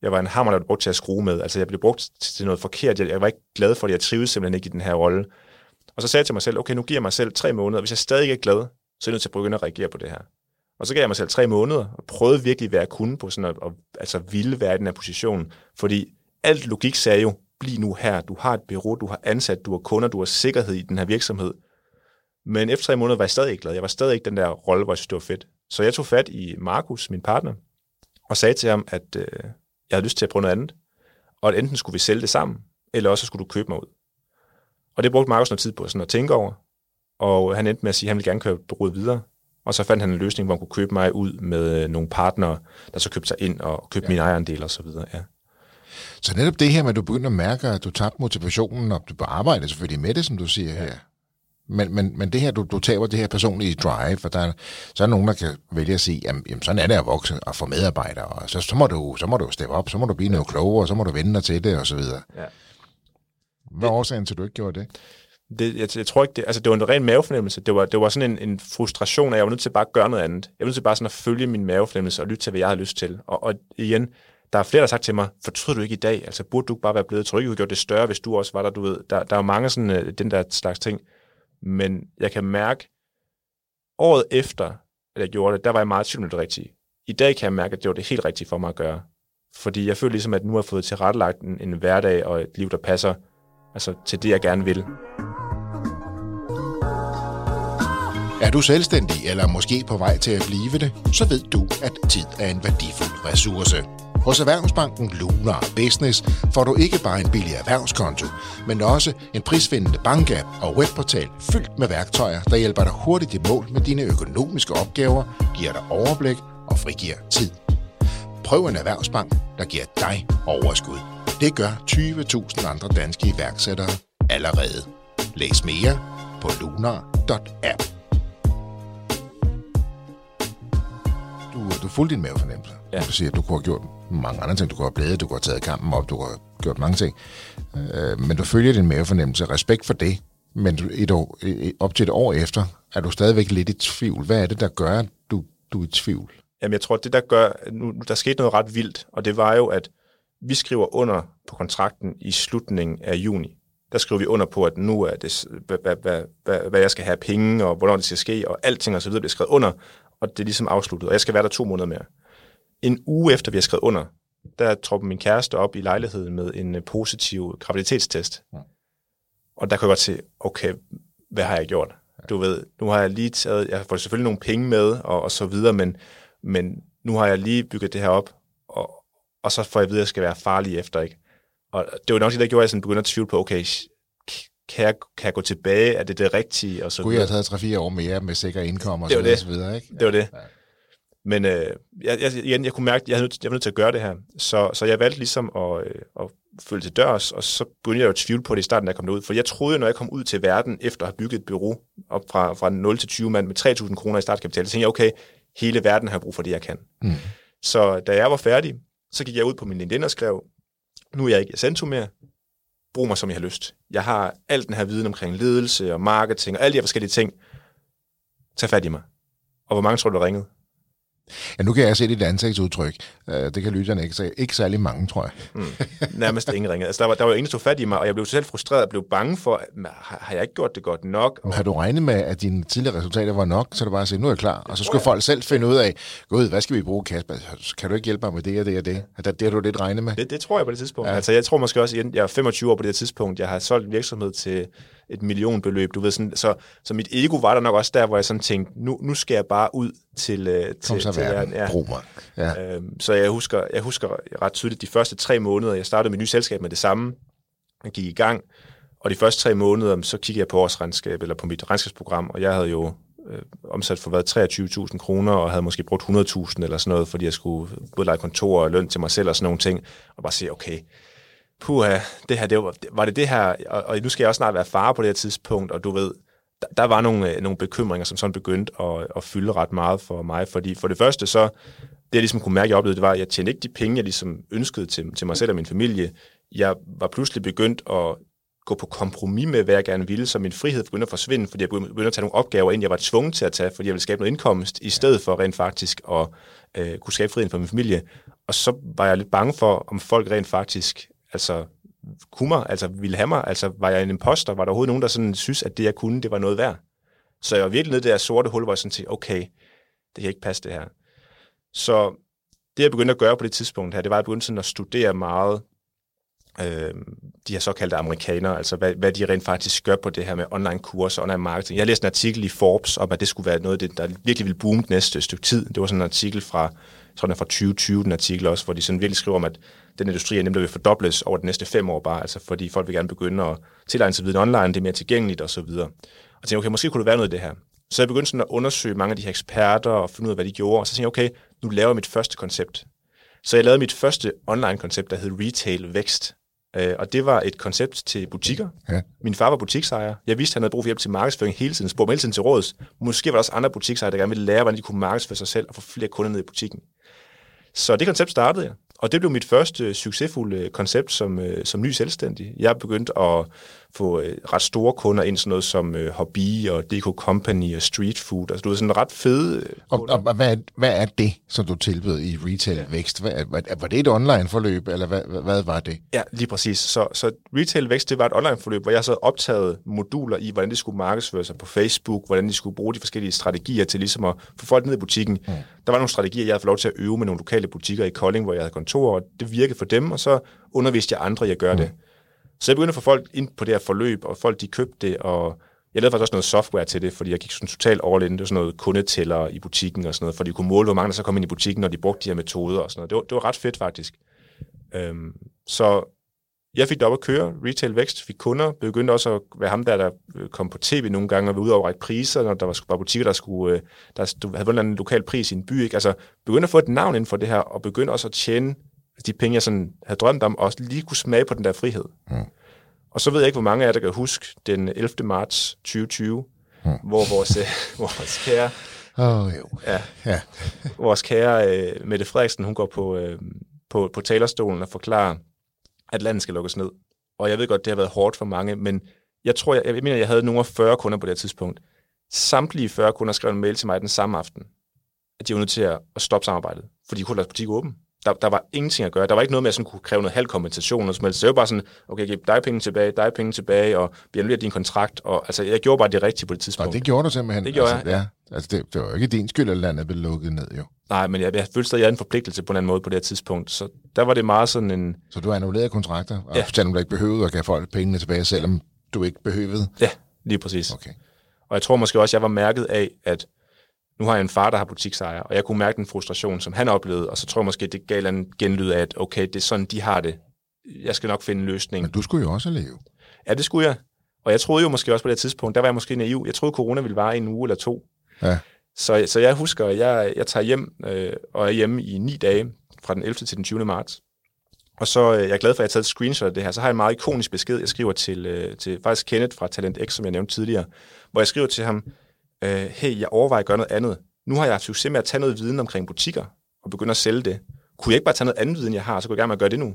Jeg var en hammer, der blev brugt til at skrue med. Altså, jeg blev brugt til noget forkert. Jeg, jeg var ikke glad for det. Jeg trives simpelthen ikke i den her rolle. Og så sagde jeg til mig selv, okay, nu giver jeg mig selv tre måneder. Hvis jeg stadig ikke er glad, så er jeg nødt til at begynde at reagere på det her. Og så gav jeg mig selv tre måneder, og prøvede virkelig, hvad jeg kunne på sådan at, at altså, ville være i den her position. Fordi alt logik sagde jo, bliv nu her. Du har et bureau, du har ansat, du har kunder, du har sikkerhed i den her virksomhed. Men efter tre måneder var jeg stadig ikke glad. Jeg var stadig ikke den der rolle, hvor jeg synes, det var fedt. Så jeg tog fat i Markus, min partner, og sagde til ham, at øh, jeg havde lyst til at prøve noget andet. Og at enten skulle vi sælge det sammen, eller også skulle du købe mig ud. Og det brugte Markus noget tid på sådan at tænke over. Og han endte med at sige, at han ville gerne købe bureauet videre. Og så fandt han en løsning, hvor han kunne købe mig ud med nogle partnere, der så købte sig ind og købte ja. mine ejerandele og så videre. Ja. Så netop det her med, at du begynder at mærke, at du tabte motivationen, og du bør arbejde selvfølgelig med det, som du siger her. Men, men, men det her, du, du taber det her personlige drive, for der, så er der nogen, der kan vælge at sige, jamen, jamen sådan er det at vokse og få medarbejdere, og så, så, må du, så må du steppe op, så må du blive noget klogere, så må du vende dig til det, og så videre. Ja. Hvad er årsagen til, at du ikke gjorde det? det jeg, jeg tror ikke, det, altså det var en ren mavefornemmelse. Det var, det var sådan en, en frustration, at jeg var nødt til bare at gøre noget andet. Jeg var nødt til bare sådan at følge min mavefornemmelse og lytte til, hvad jeg havde lyst til. Og, og igen, der er flere, der har sagt til mig, fortryder du ikke i dag? Altså burde du bare være blevet tryg? Du havde gjort det større, hvis du også var der, du ved. Der, der er jo mange sådan, uh, den der slags ting. Men jeg kan mærke, året efter, at jeg gjorde det, der var jeg meget tvivl med det rigtige. I dag kan jeg mærke, at det var det helt rigtige for mig at gøre. Fordi jeg føler ligesom, at nu har jeg fået tilrettelagt en, en hverdag og et liv, der passer altså, til det, jeg gerne vil. Er du selvstændig, eller måske på vej til at blive det, så ved du, at tid er en værdifuld ressource. Hos Erhvervsbanken Lunar Business får du ikke bare en billig erhvervskonto, men også en prisvindende bankapp og webportal fyldt med værktøjer, der hjælper dig hurtigt i mål med dine økonomiske opgaver, giver dig overblik og frigiver tid. Prøv en erhvervsbank, der giver dig overskud. Det gør tyve tusind andre danske iværksættere allerede. Læs mere på lunar punktum app. Du, du fulgte din mavefornemmelse. Ja. Du siger, at du kunne have gjort mange andre ting. Du kunne have blædet, du kunne have taget kampen op, du kunne have gjort mange ting. Øh, men du følger din mavefornemmelse. Respekt for det. Men et år, op til et år efter, er du stadigvæk lidt i tvivl. Hvad er det, der gør, at du, du er i tvivl? Jamen, jeg tror, at det, der gør... Nu, der skete noget ret vildt, og det var jo, at vi skriver under på kontrakten i slutningen af juni. Der skriver vi under på, at nu er det, hvad, hvad, hvad, hvad, hvad jeg skal have penge, og hvornår det skal ske, og alting og så videre bliver skrevet under, og det er ligesom afsluttet, og jeg skal være der to måneder mere. En uge efter vi har skrevet under, der tropper min kæreste op i lejligheden med en positiv graviditetstest. Ja. Og der kan jeg godt se, okay, hvad har jeg gjort? Du ved, nu har jeg lige taget, jeg får selvfølgelig nogle penge med, og, og så videre, men, men nu har jeg lige bygget det her op, og, og så får jeg at vide, at jeg skal være farlig efter, ikke? Og det var nok det, der gjorde, at jeg sådan begyndte at tvivle på, okay, kan jeg, kan jeg gå tilbage? Er det det rigtige? Og så Skulle jeg have taget tre fire år mere med sikker indkomst og så videre, og så videre, ikke? Det var det. Ja. Men øh, jeg, jeg, igen, jeg kunne mærke, at jeg, jeg var nødt til at gøre det her. Så, så jeg valgte ligesom at, øh, at følge til dørs, og så begyndte jeg jo at tvivle på det i starten, da jeg kom derud. For jeg troede, når jeg kom ud til verden, efter at have bygget et bureau op fra, fra nul til tyve mand med tre tusind kroner i startkapital, så tænkte jeg, okay, hele verden har brug for det, jeg kan. Mm. Så da jeg var færdig, så gik jeg ud på min LinkedIn og skrev, nu er jeg ikke Accento mere, brug mig, som jeg har lyst. Jeg har al den her viden omkring ledelse og marketing og alle de her forskellige ting. Tag fat i mig. Og hvor mange tror du, der ringede? Ja, nu kan jeg se dit ansigtsudtryk. Det kan lytterne ikke sige. Ikke særlig mange, tror jeg. Mm. Nærmest ingen ringede. Altså, der var, der var ingen, der tog fat i mig, og jeg blev selv frustreret og blev bange for, har, har jeg ikke gjort det godt nok? Og... Har du regnet med, at dine tidligere resultater var nok, så du bare siger, nu er jeg klar? Og så skulle ja. folk selv finde ud af, gud, hvad skal vi bruge, Kasper? Kan du ikke hjælpe mig med det og det og det? Det, det har du lidt regnet med? Det, det tror jeg på det tidspunkt. Ja. Altså, jeg tror måske også, jeg er femogtyve år på det tidspunkt. Jeg har solgt en virksomhed til et millionbeløb, du ved sådan, så, så mit ego var der nok også der, hvor jeg sådan tænkte, nu, nu skal jeg bare ud til til, Kom så til verden, ja. Brug mig. Ja. Øhm, så jeg husker, jeg husker ret tydeligt de første tre måneder, jeg startede mit nye selskab med det samme, jeg gik i gang, og de første tre måneder, så kiggede jeg på årsregnskab, eller på mit regnskabsprogram, og jeg havde jo øh, omsat for hvad, treogtyve tusind kroner, og havde måske brugt hundrede tusind eller sådan noget, fordi jeg skulle både lege kontor og løn til mig selv og sådan nogle ting, og bare sige, okay, puha, det her, det var, var det det her, og, og nu skal jeg også snart være far på det her tidspunkt, og du ved, der, der var nogle, nogle bekymringer, som sådan begyndte at, at fylde ret meget for mig, fordi for det første så, det jeg ligesom kunne mærke, jeg oplevede, det var, at jeg tjente ikke de penge, jeg ligesom ønskede til, til mig selv og min familie. Jeg var pludselig begyndt at gå på kompromis med, hvad jeg gerne ville, så min frihed begyndte at forsvinde, fordi jeg begyndte at tage nogle opgaver ind, jeg var tvunget til at tage, fordi jeg ville skabe noget indkomst, i stedet for rent faktisk at øh, kunne skabe friheden for min familie. Og så var jeg lidt bange for, om folk rent faktisk altså, kunne mig, altså ville have mig. Altså var jeg en imposter? Var der overhovedet nogen, der sådan synes, at det, jeg kunne, det var noget værd? Så jeg var virkelig nede i det der sorte hul, hvor jeg sådan tænkte, okay, det kan ikke passe det her. Så det, jeg begyndte at gøre på det tidspunkt her, det var, at jeg begyndte sådan at studere meget øh, de her såkaldte amerikanere, altså hvad, hvad de rent faktisk gør på det her med online-kurser, online marketing. Jeg læste en artikel i Forbes om, at det skulle være noget af det, der virkelig ville boome næste stykke tid. Det var sådan en artikel fra, jeg tror, den er fra tyve tyve, den artikel også, hvor de sådan virkelig skriver om, at den industri er nemt, der vil fordobles over de næste fem år bare, altså fordi folk vil gerne begynde at tilegne sig viden online, det er mere tilgængeligt og så videre. Og tænkte, okay, måske kunne det være noget af det her. Så jeg begyndte sådan at undersøge mange af de her eksperter og finde ud af, hvad de gjorde, og så tænkte jeg, okay, nu laver jeg mit første koncept. Så jeg lavede mit første online-koncept, der hed Retail Vækst. Og det var et koncept til butikker. Ja. Min far var butiksejer. Jeg vidste, at han havde brug for hjælp til markedsføring hele tiden. Spurgte mig hele tiden til råds. Måske var der også andre butiksejere, der gerne ville lære, hvordan de kunne markedsføre sig selv og få flere kunder ned i butikken. Så det koncept startede jeg. Og det blev mit første succesfulde koncept som, som ny selvstændig. Jeg begyndte at få ret store kunder ind, sådan noget som Hobby og D K Company og Street Food. Altså, du ved, sådan ret fede og, og hvad, er, hvad er det, som du tilbød i Retail ja. Vækst? Hvad, var det et online-forløb, eller hvad, hvad var det? Ja, lige præcis. Så, så Retail Vækst, det var et online-forløb, hvor jeg så optaget moduler i, hvordan de skulle markedsføre sig på Facebook, hvordan de skulle bruge de forskellige strategier til ligesom at få folk ned i butikken. Mm. Der var nogle strategier, jeg havde fået lov til at øve med nogle lokale butikker i Kolding, hvor jeg havde kontor, og det virkede for dem, og så underviste jeg andre i at gøre mm. det. Så jeg begyndte at få folk ind på det her forløb, og folk de købte det, og jeg lavede faktisk også noget software til det, fordi jeg gik sådan totalt all in. Det var sådan noget kundetæller i butikken og sådan noget, for de kunne måle, hvor mange der så kom ind i butikken, når de brugte de her metoder og sådan noget. Det var, det var ret fedt faktisk. Øhm, så jeg fik det op at køre, Retail Vækst, fik kunder, begyndte også at være ham der, der kom på tv nogle gange og var ude over række priser, når der var, var butikker, der skulle, der havde vundet en lokal pris i en by, ikke? Altså begyndte at få et navn inden for det her, og begyndte også at tjene de penge, jeg sådan havde drømt om, og også lige kunne smage på den der frihed. Mm. Og så ved jeg ikke, hvor mange af jer, der kan huske den ellevte marts tyve tyve, mm. hvor vores, vores kære, oh, jo. Ja, ja. vores kære uh, Mette Frederiksen, hun går på, uh, på, på talerstolen og forklarer, at landet skal lukkes ned. Og jeg ved godt, det har været hårdt for mange, men jeg tror, jeg, jeg mener, jeg havde nogle af fyrre kunder på det tidspunkt. Samtlige fyrre kunder skrev en mail til mig den samme aften, at de var nødt til at, at stoppe samarbejdet, fordi de kunne lade butik åben. Der, der var ingenting at gøre. Der var ikke noget med, at jeg kunne kræve noget halv kompensation og sådan noget. Så det var bare sådan, okay, giv dig penge tilbage, dig penge tilbage, og vi annullerer din kontrakt. Og, altså, jeg gjorde bare det rigtige på det tidspunkt. Og det gjorde du simpelthen? Det gjorde altså, jeg, ja. Altså, det, det var jo ikke din skyld, at landet blev lukket ned, jo. Nej, men jeg, jeg følte stadig, at jeg havde en forpligtelse på en anden måde på det her tidspunkt. Så der var det meget sådan en... Så du annullerede kontrakter, og ja. selvom du ikke behøvede at give folk pengene tilbage, selvom du ikke behøvede? Ja, lige præcis. Okay. Og jeg tror måske også, at jeg var mærket af, at nu har jeg en far, der har butiksejer, og jeg kunne mærke den frustration, som han oplevede, og så tror jeg måske, det gav en genlyd af, at okay, det er sådan, de har det. Jeg skal nok finde en løsning. Men du skulle jo også leve. Ja, det skulle jeg. Og jeg troede jo måske også på det tidspunkt, der var jeg måske naiv. Jeg troede, corona ville vare en uge eller to. Ja. Så, så jeg husker, at jeg, jeg tager hjem øh, og er hjemme i ni dage, fra den ellevte til den tyvende marts. Og så øh, jeg er glad for, at jeg har taget et screenshot af det her. Så har jeg en meget ikonisk besked, jeg skriver til, øh, til faktisk Kenneth fra Talent X, som jeg nævnte tidligere, hvor jeg skriver til ham, øh, hey, jeg overvejer at gøre noget andet. Nu har jeg haft succes med at tage noget viden omkring butikker og begynde at sælge det. Kunne jeg ikke bare tage noget andet viden, jeg har, så kunne jeg gerne med at gøre det nu?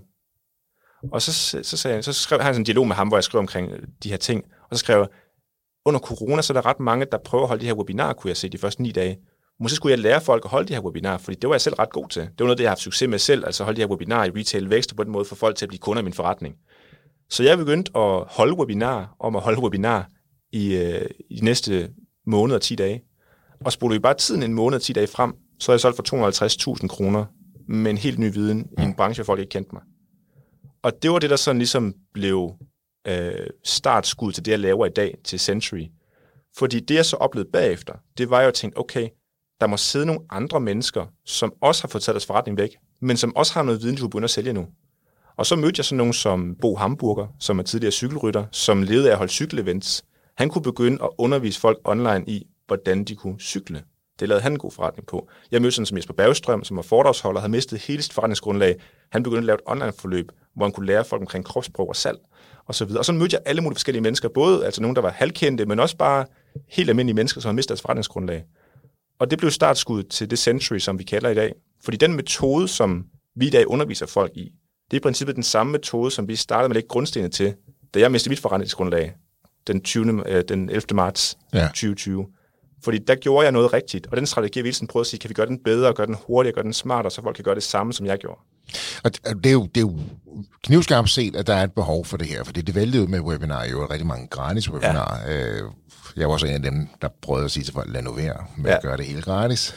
Og så, så, sagde jeg, så skrev han sådan en dialog med ham, hvor jeg skrev omkring de her ting. Og så skrev jeg, under corona, så er der ret mange, der prøver at holde de her webinarer, kunne jeg se de første ni dage. Måske skulle jeg lære folk at holde de her webinarer, fordi det var jeg selv ret god til. Det var noget, det jeg har haft succes med selv, altså holde de her webinarer i Retail Vækst, og på den måde få folk til at blive kunder i min forretning. Så jeg begyndte at holde webinarer om at holde webinarer i, øh, i næste måned og ti dage. Og spoler vi bare tiden en måned og ti dage frem, så har jeg solgt for to hundrede og halvtreds tusind kroner med en helt ny viden i en branche, hvor folk ikke kendte mig. Og det var det, der sådan ligesom blev øh, startskud til det, jeg laver i dag til Century. Fordi det, jeg så oplevede bagefter, det var jo at tænke, okay, der må sidde nogle andre mennesker, som også har fået taget deres forretning væk, men som også har noget viden, de kunne begynde at sælge nu. Og så mødte jeg sådan nogen som Bo Hamburger, som er tidligere cykelrytter, som levede af at holde cykelevents. Han kunne begynde at undervise folk online i, hvordan de kunne cykle. Det lavede han en god forretning på. Jeg mødte sådan som Jesper Bergstrøm, som var foredragsholder, havde mistet hele sit forretningsgrundlag. Han begyndte at lave et online-forløb, hvor han kunne lære folk omkring kropssprog og salg, og så videre. Og så mødte jeg alle mulige forskellige mennesker, både altså nogen, der var halvkendte, men også bare helt almindelige mennesker, som havde mistet deres forretningsgrundlag. Og det blev startskuddet til det Century, som vi kalder i dag. Fordi den metode, som vi i dag underviser folk i, det er i princippet den samme metode, som vi startede med at lægge grundstenene til, da jeg mistede mit forretningsgrundlag den, tyvende, den ellevte marts ja. tyve tyve. Fordi der gjorde jeg noget rigtigt, og den strategi har vi hele prøvet at sige, kan vi gøre den bedre, gøre den hurtigere, gøre den smartere, så folk kan gøre det samme, som jeg gjorde. Og det er jo, det er jo knivskarpt set, at der er et behov for det her, fordi det væltede ud med webinarer, jo rigtig mange gratis webinarer. Ja. Jeg var også en af dem, der prøvede at sige til folk, lad nu være med ja. at gøre det helt gratis.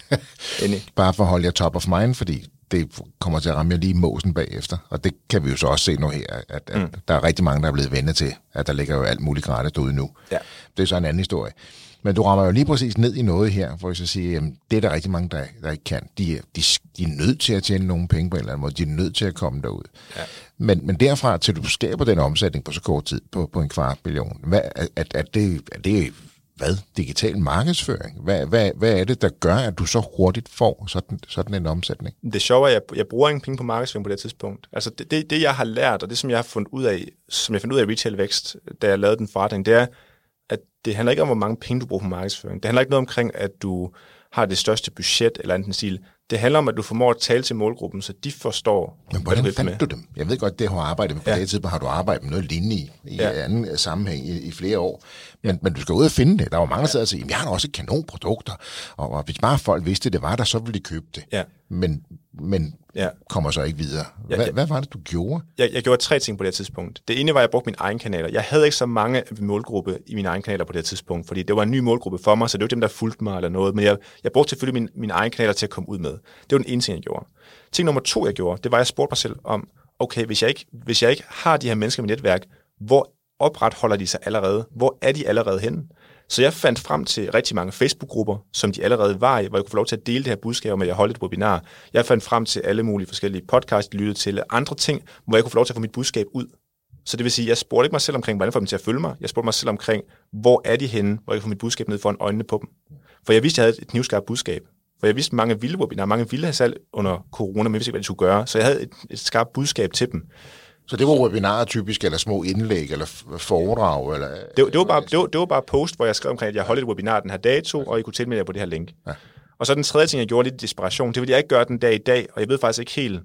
Bare for at holde jer top of mind, fordi det kommer til at ramme jer lige i måsen bagefter. Og det kan vi jo så også se nu her, at, at mm. der er rigtig mange, der er blevet vendt til, at der ligger jo alt muligt gratis derude nu. Ja. Det er så en anden historie. Men du rammer jo lige præcis ned i noget her, hvor jeg så siger, jamen, det er der rigtig mange, der, der ikke kan. De, de, de er nødt til at tjene nogle penge på en eller anden måde. De er nødt til at komme derud. Ja. Men, men derfra til du skaber den omsætning på så kort tid, på, på en kvart million, hvad, er, er, er, det, er det hvad? Digital markedsføring? Hvad, hvad, hvad er det, der gør, at du så hurtigt får sådan, sådan en omsætning? Det sjove er, at jeg, jeg bruger ingen penge på markedsføring på det tidspunkt. Altså det, det, det, jeg har lært, og det, som jeg har fundet ud af, som jeg fandt ud af i Retail Vækst, da jeg lavede den forretning, det er, at det handler ikke om, hvor mange penge du bruger på markedsføring. Det handler ikke noget omkring, at du har det største budget eller anden stil. Det handler om, at du formår at tale til målgruppen, så de forstår, men hvordan fandt med. Du dem? Jeg ved godt, det har du arbejdet med på ja. det tidspunkt. Har du arbejdet med noget lignende i, i ja. anden sammenhæng i, i flere år. Men, ja. men du skal ud og finde det. Der var mange, der sidder og siger, jeg har også kanonprodukter, og, og hvis bare folk vidste, det var der, så ville de købe det. Ja. Men, men ja. kommer så ikke videre. Hva, ja, ja. Hvad var det, du gjorde? Jeg, jeg gjorde tre ting på det tidspunkt. Det ene var, at jeg brugte mine egne kanaler. Jeg havde ikke så mange målgruppe i mine egne kanaler på det tidspunkt, fordi det var en ny målgruppe for mig, så det var ikke dem, der fulgte mig eller noget. Men jeg, jeg brugte selvfølgelig mine, mine egne kanaler til at komme ud med. Det var den ene ting, jeg gjorde. Ting nummer to, jeg gjorde, det var, at jeg spurgte mig selv om, okay, hvis jeg ikke, hvis jeg ikke har de her mennesker i mit netværk, hvor opretholder de sig allerede? Hvor er de allerede henne? Så jeg fandt frem til rigtig mange Facebook-grupper, som de allerede var i, hvor jeg kunne få lov til at dele det her budskab med, at jeg holdt et webinar. Jeg fandt frem til alle mulige forskellige podcasts, jeg lyttede til andre ting, hvor jeg kunne få lov til at få mit budskab ud. Så det vil sige, jeg spurgte ikke mig selv omkring, hvordan får dem til at følge mig. Jeg spurgte mig selv omkring, hvor er de henne, hvor jeg kan få mit budskab ned foran øjnene på dem. For jeg vidste, at jeg havde et knivskarpt budskab. For jeg vidste, at mange ville webinarer, mange ville have salg under corona, men jeg vidste ikke, hvad de skulle gøre. Så jeg havde et, et skarpt budskab til dem. Så det var webinarer typisk, eller små indlæg, eller foredrag? Eller, det, det, var bare, det, var, det var bare post, hvor jeg skrev omkring, at jeg holdt et webinar den her dato, og I kunne tilmelde jer på det her link. Ja. Og så den tredje ting, jeg gjorde lidt desperation, det ville jeg ikke gøre den dag i dag, og jeg ved faktisk ikke helt,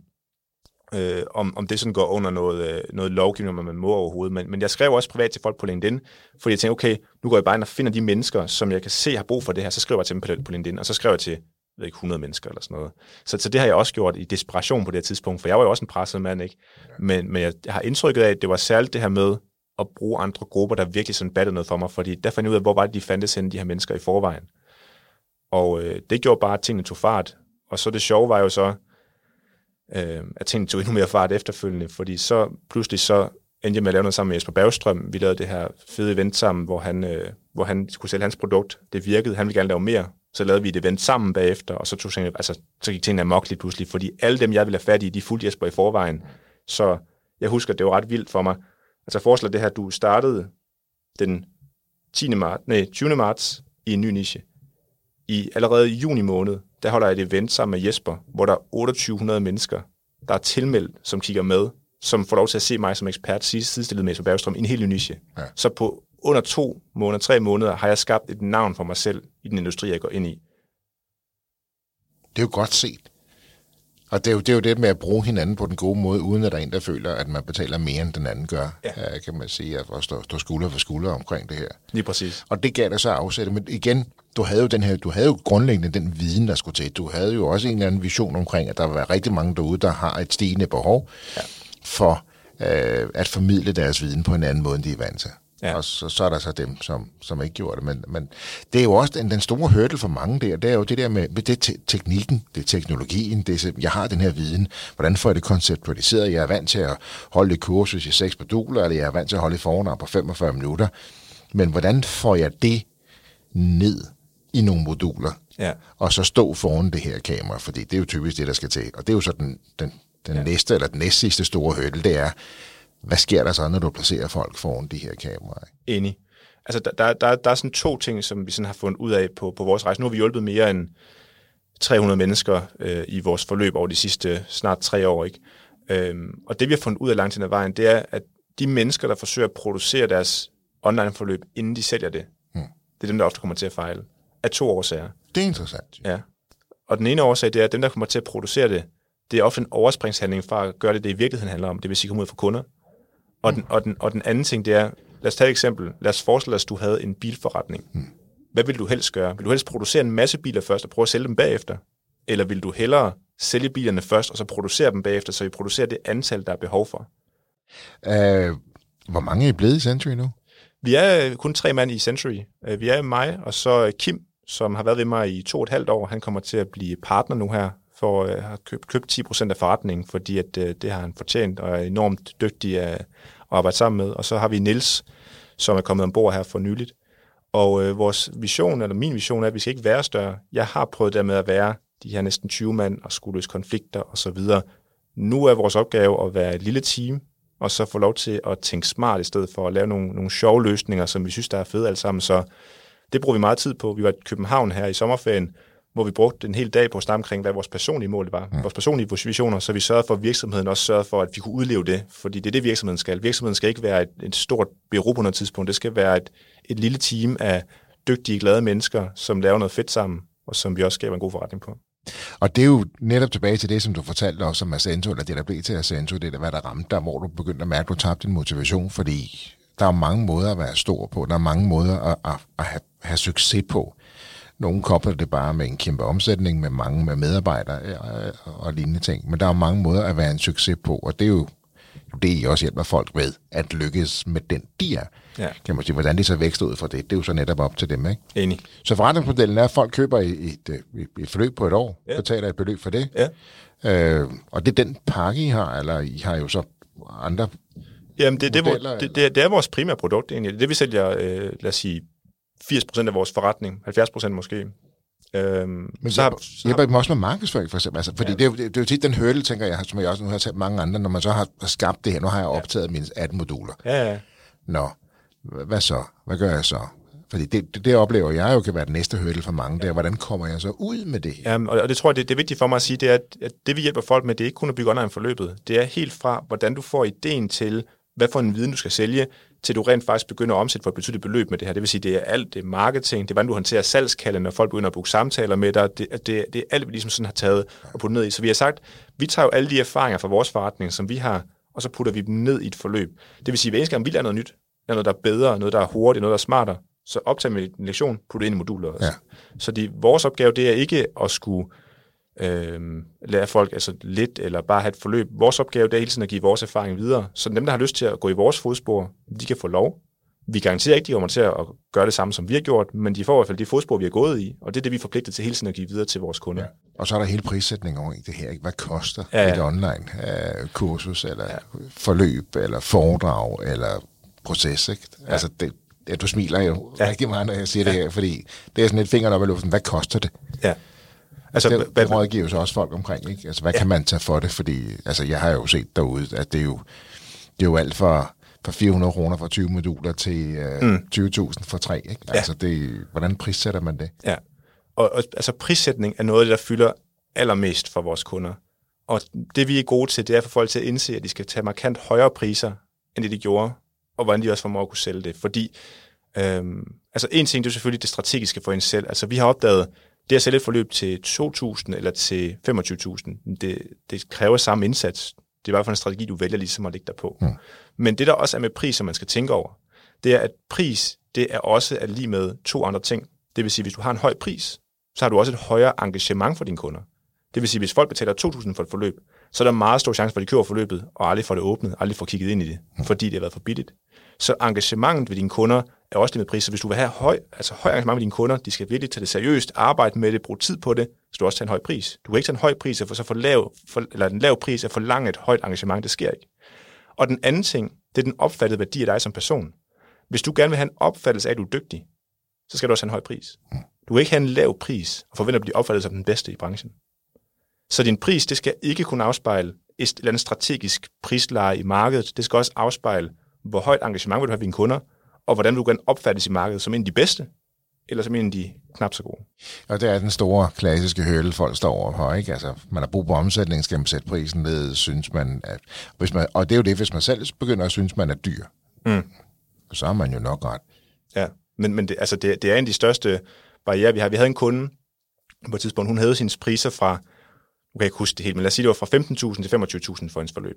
øh, om, om det sådan går under noget, øh, noget lovgivning, om man må overhovedet. Men, men jeg skrev også privat til folk på LinkedIn, fordi jeg tænkte, okay, nu går jeg bare ind og finder de mennesker, som jeg kan se har brug for det her, så skriver jeg til dem på, på LinkedIn, og så skrev jeg til ved ikke, hundrede mennesker eller sådan noget. Så, så det har jeg også gjort i desperation på det her tidspunkt, for jeg var jo også en presset mand, ikke? Men, men jeg, jeg har indtrykket af, at det var særligt det her med at bruge andre grupper, der virkelig sådan battede noget for mig, fordi der fandt jeg ud af, hvor var det, de fandtes henne, de her mennesker i forvejen. Og øh, det gjorde bare, at tingene tog fart. Og så det sjove var jo så, øh, at tingene tog endnu mere fart efterfølgende, fordi så pludselig så endte jeg med at lave noget sammen med Jesper Bergstrøm. Vi lavede det her fede event sammen, hvor han, øh, hvor han skulle sælge hans produkt. Det virkede, han ville gerne lave mere. Så lavede vi et event sammen bagefter, og så, tog tingene, altså, så gik tingene amok lige pludselig, fordi alle dem, jeg ville have fat i, de fulgte Jesper i forvejen. Så jeg husker, at det var ret vildt for mig. Altså foreslår det her, du startede den tiende marts, nej, tyvende marts i en ny niche. I allerede i juni måned, der holder jeg et event sammen med Jesper, hvor der er otteogtyve hundrede mennesker, der er tilmeldt, som kigger med, som får lov til at se mig som ekspert sidestillet med Jesper Bergstrøm i en helt ny niche. Ja. Så på under to måneder, tre måneder, har jeg skabt et navn for mig selv i den industri, jeg går ind i. Det er jo godt set. Og det er jo det, er jo det med at bruge hinanden på den gode måde, uden at der er en, der føler, at man betaler mere, end den anden gør. Ja. Kan man sige, at stå, stå skulder for skulder omkring det her. Lige præcis. Og det gav dig så afsætte. Men igen, du havde jo den her, du havde jo grundlæggende den viden, der skulle til. Du havde jo også en eller anden vision omkring, at der var rigtig mange derude, der har et stigende behov ja. for øh, at formidle deres viden på en anden måde, end de er vant til. Ja. Og så, så er der så dem, som, som ikke gjorde det. Men, men det er jo også den, den store hurdle for mange der, det er jo det der med, med det te- teknikken, det er teknologien, det er, jeg har den her viden, hvordan får jeg det konceptualiseret? Jeg er vant til at holde et kursus i seks moduler, eller jeg er vant til at holde et foredrag på femogfyrre minutter. Men hvordan får jeg det ned i nogle moduler, ja. og så stå foran det her kamera? Fordi det er jo typisk det, der skal til. Og det er jo så den, den, den ja. næste, eller den næste sidste store hurdle, det er, hvad sker der så, når du placerer folk foran de her kameraer? Enig. Altså, der, der, der er sådan to ting, som vi sådan har fundet ud af på, på vores rejse. Nu har vi hjulpet mere end tre hundrede mennesker øh, i vores forløb over de sidste snart tre år, ikke? Øhm, og det, vi har fundet ud af langt hen ad vejen, det er, at de mennesker, der forsøger at producere deres online-forløb, inden de sælger det, hmm. det er dem, der ofte kommer til at fejle. Af to årsager. Det er interessant. Ja. Og den ene årsag, det er, at dem, der kommer til at producere det, det er ofte en overspringshandling fra at gøre det, det i virkeligheden handler om. Det vil sige, komme ud for kunder. Og, mm. den, og, den, og den anden ting, det er, lad os tage et eksempel. Lad os forestille os, at du havde en bilforretning. Mm. hvad vil du helst gøre? Vil du helst producere en masse biler først og prøve at sælge dem bagefter? Eller vil du hellere sælge bilerne først, og så producere dem bagefter, så vi producerer det antal, der er behov for? Uh, hvor mange er I blevet i Century nu? Vi er kun tre mand i Century. Vi er mig, og så Kim, som har været ved mig i to og et halvt år. Han kommer til at blive partner nu her, for at have købt, købt ti procent af forretningen, fordi at, det har han fortjent, og er enormt dygtig at arbejde sammen med. Og så har vi Niels, som er kommet ombord her for nyligt. Og øh, vores vision, eller min vision, er, at vi skal ikke være større. Jeg har prøvet der med at være de her næsten tyve mand og skulle løse konflikter og så videre. Nu er vores opgave at være et lille team, og så få lov til at tænke smart i stedet for at lave nogle, nogle sjove løsninger, som vi synes, der er fede alle sammen. Så det bruger vi meget tid på. Vi var i København her i sommerferien, hvor vi brugte en hel dag på at snakke omkring, hvad vores personlige mål var. Ja. Vores personlige visioner, så vi sørgede for, at virksomheden også sørgede for, at vi kunne udleve det. Fordi det er det, virksomheden skal. Virksomheden skal ikke være et, et stort bureau på noget tidspunkt. Det skal være et, et lille team af dygtige, glade mennesker, som laver noget fedt sammen, og som vi også skaber en god forretning på. Og det er jo netop tilbage til det, som du fortalte også om Ascento, eller det, der blev til Ascento, det der, hvad der ramte der, hvor du begyndte at mærke, at du tabte din motivation, fordi der er mange måder at være stor på, der er mange måder at, at, at have, have succes på. Nogle kobler det bare med en kæmpe omsætning, med mange med medarbejdere og, og lignende ting, men der er mange måder at være en succes på, og det er jo det, I også hjælper folk med, at lykkes med den, de er. Ja. Kan man sige, hvordan de så vækster ud fra det, det er jo så netop op til dem, ikke? Enig. Så forretningsmodellen er, at folk køber et, et, et, et forløb på et år, ja. Betaler et beløb for det, ja. øh, og det er den pakke, I har, eller I har jo så andre Jamen, det, modeller, det, det, det er vores primære produkt, egentlig. Det er det, vi sælger, øh, lad os sige, firs procent af vores forretning, halvfjerds procent måske. Øhm, Men så har, hjælper I dem også med markedsføring, for eksempel? Altså, fordi ja. det, er jo, det er jo tit den hurdle, tænker jeg, som jeg også nu har talt mange andre, når man så har skabt det her. Nu har jeg optaget ja. mine atten moduler. Ja, ja. Nå, hvad så? Hvad gør jeg så? Fordi det, det, det oplever jeg jo kan være den næste hurdle for mange. Der. Hvordan kommer jeg så ud med det her? Jamen, og det tror jeg, det, det er vigtigt for mig at sige, det er, at det vi hjælper folk med, det er ikke kun at bygge online-forløbet. Det er helt fra, hvordan du får ideen til, hvad for en viden du skal sælge, til du rent faktisk begynder at omsætte for et betydeligt beløb med det her. Det vil sige, det er alt, det er marketing, det er, hvordan du håndterer salgskalde, når folk begynder at booke samtaler med dig. Det, det, det er alt, vi ligesom sådan har taget og puttet ned i. Så vi har sagt, vi tager jo alle de erfaringer fra vores forretning, som vi har, og så putter vi dem ned i et forløb. Det vil sige, at hver eneste gang vi lærer noget nyt, lærer noget, der er bedre, noget, der er hurtigt, noget, der er smartere, så optager vi en lektion, putter ind i moduler også. Ja. Så de, vores opgave, det er ikke at skulle øh, lære folk altså lidt, eller bare have et forløb. Vores opgave, det er hele tiden at give vores erfaring videre, så dem, der har lyst til at gå i vores fodspor, de kan få lov. Vi garanterer ikke, de kommer til at gøre det samme, som vi har gjort, men de får i hvert fald de fodspor, vi har gået i, og det er det, vi er forpligtet til hele tiden at give videre til vores kunder. Ja. Og så er der hele prissætningen over i det her, ikke? Hvad koster ja, ja. et online-kursus, eller ja. forløb, eller foredrag, eller proces, ikke? Ja. Altså, det, ja, du smiler jo ja. rigtig meget, når jeg siger ja. det her, fordi det er sådan et fingeren op i luften. Hvad koster det? Ja. Altså, det, det rådgiver så også folk omkring, ikke? Altså, hvad ja. kan man tage for det? Fordi, altså, jeg har jo set derude, at det er jo, det er jo alt for, for fire hundrede kroner for tyve moduler til uh, mm. tyve tusind for tre, ikke? Ja. Altså, det, hvordan prissætter man det? Ja, og, og altså, prissætning er noget af det, der fylder allermest for vores kunder. Og det, vi er gode til, det er for folk til at indse, at de skal tage markant højere priser, end det de gjorde, og hvordan de også formår at kunne sælge det. Fordi, øhm, altså en ting, det er selvfølgelig det strategiske for en selv. Altså, vi har opdaget, det at sælge et forløb til to tusind eller til femogtyve tusind, det, det kræver samme indsats. Det er i hvert fald en strategi, du vælger ligesom at lægge dig på. Mm. Men det, der også er med pris, som man skal tænke over, det er, at pris, det er også er lige med to andre ting. Det vil sige, hvis du har en høj pris, så har du også et højere engagement for dine kunder. Det vil sige, hvis folk betaler to tusind for et forløb, så er der meget stor chance for, at de køber forløbet, og aldrig får det åbnet, aldrig får kigget ind i det, mm. fordi det har været for billigt. Så engagementet ved dine kunder er også det med pris. Så hvis du vil have høj, altså høj engagement med dine kunder, de skal virkelig tage det seriøst, arbejde med det, bruge tid på det, så du også tage en høj pris. Du kan ikke tage en høj pris, og så for lav, for, eller en lav pris at forlange et højt engagement, det sker ikke. Og den anden ting, det er den opfattede værdi af dig som person. Hvis du gerne vil have en opfattelse af, at du er dygtig, så skal du også have en høj pris. Du kan ikke have en lav pris og forvente at blive opfattet som den bedste i branchen. Så din pris, det skal ikke kun afspejle et eller andet strategisk prisleje i markedet. Det skal også afspejle, hvor højt engagement vil du have ved dine kunder, og hvordan vil du gerne opfattes i markedet som en af de bedste, eller som en af de knap så gode. Og det er den store klassiske hurdle, folk står overfor, ikke? Altså, man har brug på omsætning, skal man sætte prisen ned, synes man, at hvis man, og det er jo det, hvis man selv begynder at synes, man er dyr, mm. så har man jo nok ret. Ja, men, men det, altså det, det er en af de største barrierer, vi har. Vi havde en kunde på et tidspunkt, hun havde sine priser fra, nu kan jeg ikke huske det helt, men lad os sige, det var fra femten tusind til femogtyve tusind for hendes forløb.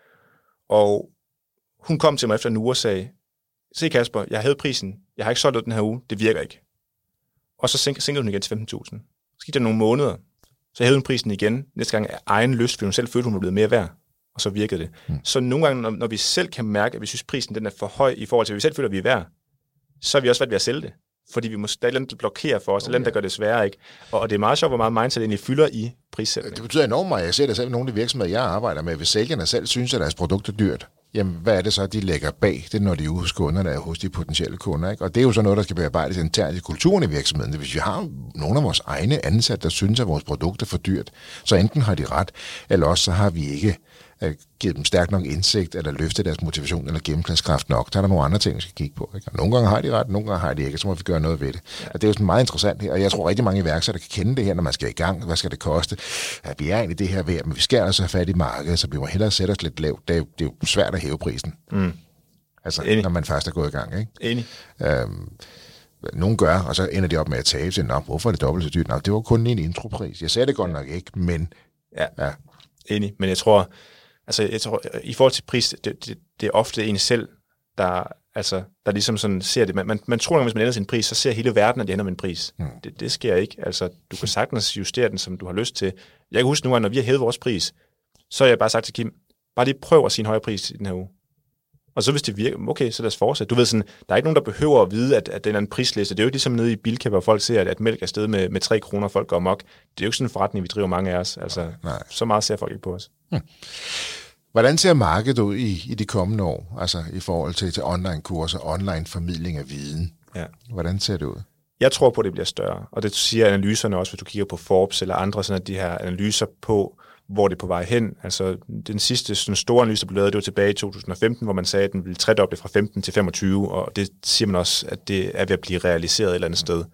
Og hun kom til mig efter en uge og sagde, se Kasper, jeg har hævet prisen, jeg har ikke solgt den her uge, det virker ikke. og så sænkede du den igen til femten tusind. Så gik der nogle måneder, så hævede hun prisen igen. Næste gang af egen lyst, fordi hun selv følte, hun var blevet mere værd, og så virkede det. Mm. Så nogle gange, når, når vi selv kan mærke, at vi synes, prisen den er for høj i forhold til, at vi selv føler, at vi er værd, så er vi også været ved at sælge det. Fordi vi må, der er et eller andet, der blokerer for os, okay. Der er et eller andet, der gør det sværere, ikke? Og, og det er meget sjovt, hvor meget mindset egentlig fylder i prissætning. Det betyder enormt meget. Jeg ser det selv i nogle af de virksomheder, jeg arbejder med. Hvis sælgerne selv synes, at deres produkt er dyrt, jamen hvad er det så, de lægger bag? Det er, når de er ude hos kunderne, der er hos de potentielle kunder, ikke? Og det er jo så noget, der skal bearbejdes internt i kulturen i virksomheden. Hvis vi har nogle af vores egne ansatte, der synes, at vores produkt er for dyrt, så enten har de ret, eller også så har vi ikke givet dem stærkt nok indsigt, eller løftet deres motivation, eller gennemslagskraft nok. Der er der nogle andre ting, vi skal kigge på. Ikke? Og nogle gange har de ret, nogle gange har de ikke, og så må vi gøre noget ved det. Ja. Og det er jo sådan meget interessant her, og jeg tror rigtig mange iværksættere kan kende det her, når man skal i gang. Hvad skal det koste? Ja, vi er egentlig det her ved, men vi skal altså have fat i markedet, så vi må hellere sætte os lidt lavt. Det er jo, det er jo svært at hæve prisen. Mm. Altså, Enig. Når man først er gået i gang. Ikke? Enig. Øhm, Nogle gør, og så ender de op med at tabe sig. Nå, hvorfor er det dobbelt så dyrt? Nå, det var kun en intropris. Jeg sagde det godt nok ikke, men... Ja, ja. Enig. Men jeg tror... Altså, jeg tror, i forhold til pris, det, det, det er ofte en selv, der, altså, der ligesom sådan ser det. Man, man, man tror, at hvis man ændrer sin pris, så ser hele verden, at de ændrer med en pris. Mm. Det, det sker ikke. Altså, du kan sagtens justere den, som du har lyst til. Jeg kan huske nu, at når vi har hævet vores pris, så har jeg bare sagt til Kim, bare lige prøv at sige en højere pris i den her uge. Og så hvis det virker, okay, så lad os fortsætte. Du ved sådan, der er ikke nogen, der behøver at vide, at, at den er en prisliste. Det er jo ikke ligesom nede i Bilka, hvor folk ser, at, at mælk er steget med, med tre kroner, og folk går amok. Det er jo ikke sådan en forretning, vi driver mange af os. Altså, nej. Så meget ser folk ikke på os. Hmm. Hvordan ser markedet ud i, i de kommende år, altså i forhold til, til online-kurser, online-formidling af viden? Ja. Hvordan ser det ud? Jeg tror på, at det bliver større, og det siger analyserne også, hvis du kigger på Forbes eller andre, sådan at de her analyser på, hvor det er på vej hen. Altså den sidste sådan store analyse, der blev lavet, det var tilbage i to tusind og femten, hvor man sagde, at den ville tredoble fra femten til femogtyve, og det siger man også, at det er ved at blive realiseret et eller andet sted.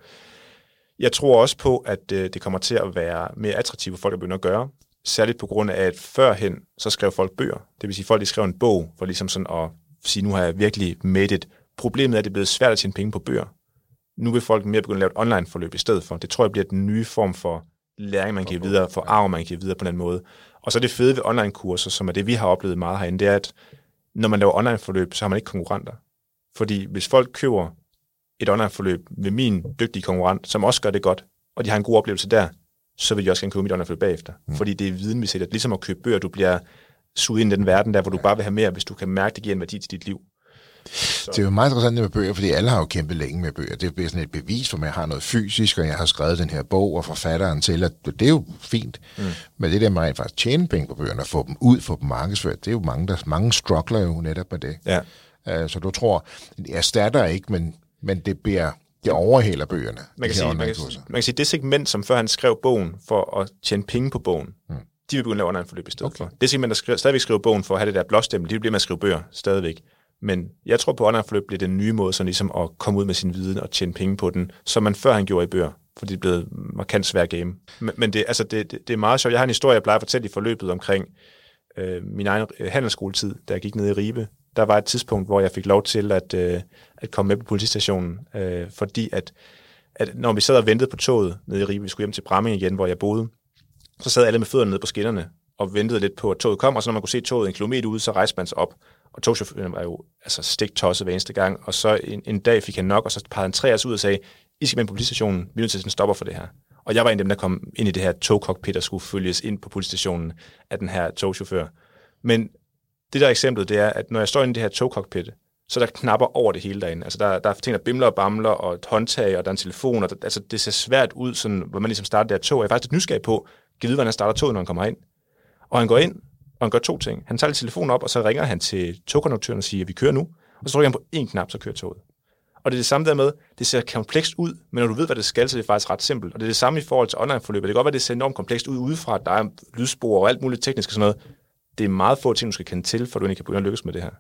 Jeg tror også på, at det kommer til at være mere attraktivt for folk at begynde at gøre. Særligt på grund af, at førhen, så skrev folk bøger. Det vil sige, at folk de skrev en bog, for ligesom sådan at sige, nu har jeg virkelig made it. Problemet er, at det er blevet svært at tjene penge på bøger. Nu vil folk mere begynde at lave et online-forløb i stedet for. Det tror jeg bliver den nye form for læring, man kan give videre, for arv, man kan give videre på den måde. Og så det fede ved online-kurser, som er det, vi har oplevet meget herinde, det er, at når man laver online-forløb, så har man ikke konkurrenter. Fordi hvis folk køber et online-forløb med min dygtige konkurrent, som også gør det godt, og de har en god oplevelse der, så vil jeg også gerne købe mit online-forløb bagefter. Mm. Fordi det er viden, vi sætter. Ligesom at købe bøger, du bliver suget ind i den verden der, hvor du bare vil have mere, hvis du kan mærke, det giver en værdi til dit liv. Så. Det er jo meget interessant med bøger, fordi alle har jo kæmpet længe med bøger. Det er sådan et bevis for, at jeg har noget fysisk, og jeg har skrevet den her bog, og forfatteren til, at det er jo fint. Mm. Men det der med at faktisk tjene penge på bøgerne, og få dem ud, få dem markedsført, det er jo mange, der mange struggler jo netop med det. Ja. Uh, så du tror, jeg erstatter ikke, men, men det bliver... Det overhælder bøgerne. Man kan, sige, man, kan, man kan sige, det segment, som før han skrev bogen for at tjene penge på bogen, mm. de vil begynde at lave online-forløb i stedet okay. for. Det segment, der skriver, stadigvæk skriver bogen for at have det der blåstempel, de bliver med at skrive bøger stadigvæk. Men jeg tror på, at online-forløb bliver den nye måde, sådan ligesom at komme ud med sin viden og tjene penge på den, som man før han gjorde i bøger, fordi det er blevet markant svært game. Men, men det, altså det, det, det er meget sjovt. Jeg har en historie, jeg plejer at fortælle i forløbet omkring øh, min egen handelsskoletid, da jeg gik ned i Ribe. Der var et tidspunkt, hvor jeg fik lov til at, øh, at komme med på politistationen, øh, fordi at, at når vi sad og ventede på toget nede i Ribe, vi skulle hjem til Bramming igen, hvor jeg boede, så sad alle med fødderne nede på skinnerne og ventede lidt på, at toget kom, og så når man kunne se toget en kilometer ude, så rejste man sig op, og togchaufføren var jo altså stiktosset hver eneste gang, og så en, en dag fik han nok, og så pegede han tre af os ud og sagde, I skal med på politistationen, vi er nødt til at sætte stopper for det her. Og jeg var en af dem, der kom ind i det her togcockpit, der skulle følges ind på politistationen af den her togchauffør. Men det der eksempel, det er, at når jeg står inde i det her togcockpit, så der knapper over det hele derinde. Altså der, der er ting, der bimler og bamler, og et håndtag, og der er en telefon, og der, altså det ser svært ud, sådan, hvor man ligesom starter det her tog. Jeg er faktisk lidt nysgerrig på, kan vide, hvordan han starter toget, når han kommer ind. Og han går ind, og han gør to ting. Han tager telefonen op, og så ringer han til togkonduktøren og siger, at vi kører nu. Og så trykker han på én knap, så kører toget. Og det er det samme der med, det ser komplekst ud, men når du ved, hvad det skal, så er det faktisk ret simpelt. Og det er det samme i forhold til online-forløbet. Det kan godt være, det ser enormt komplekst ud udefra, der er lydspor og alt muligt teknisk og sådan noget. Det er meget få ting, du skal kende til, for du ikke kan begynde at lykkes med det her.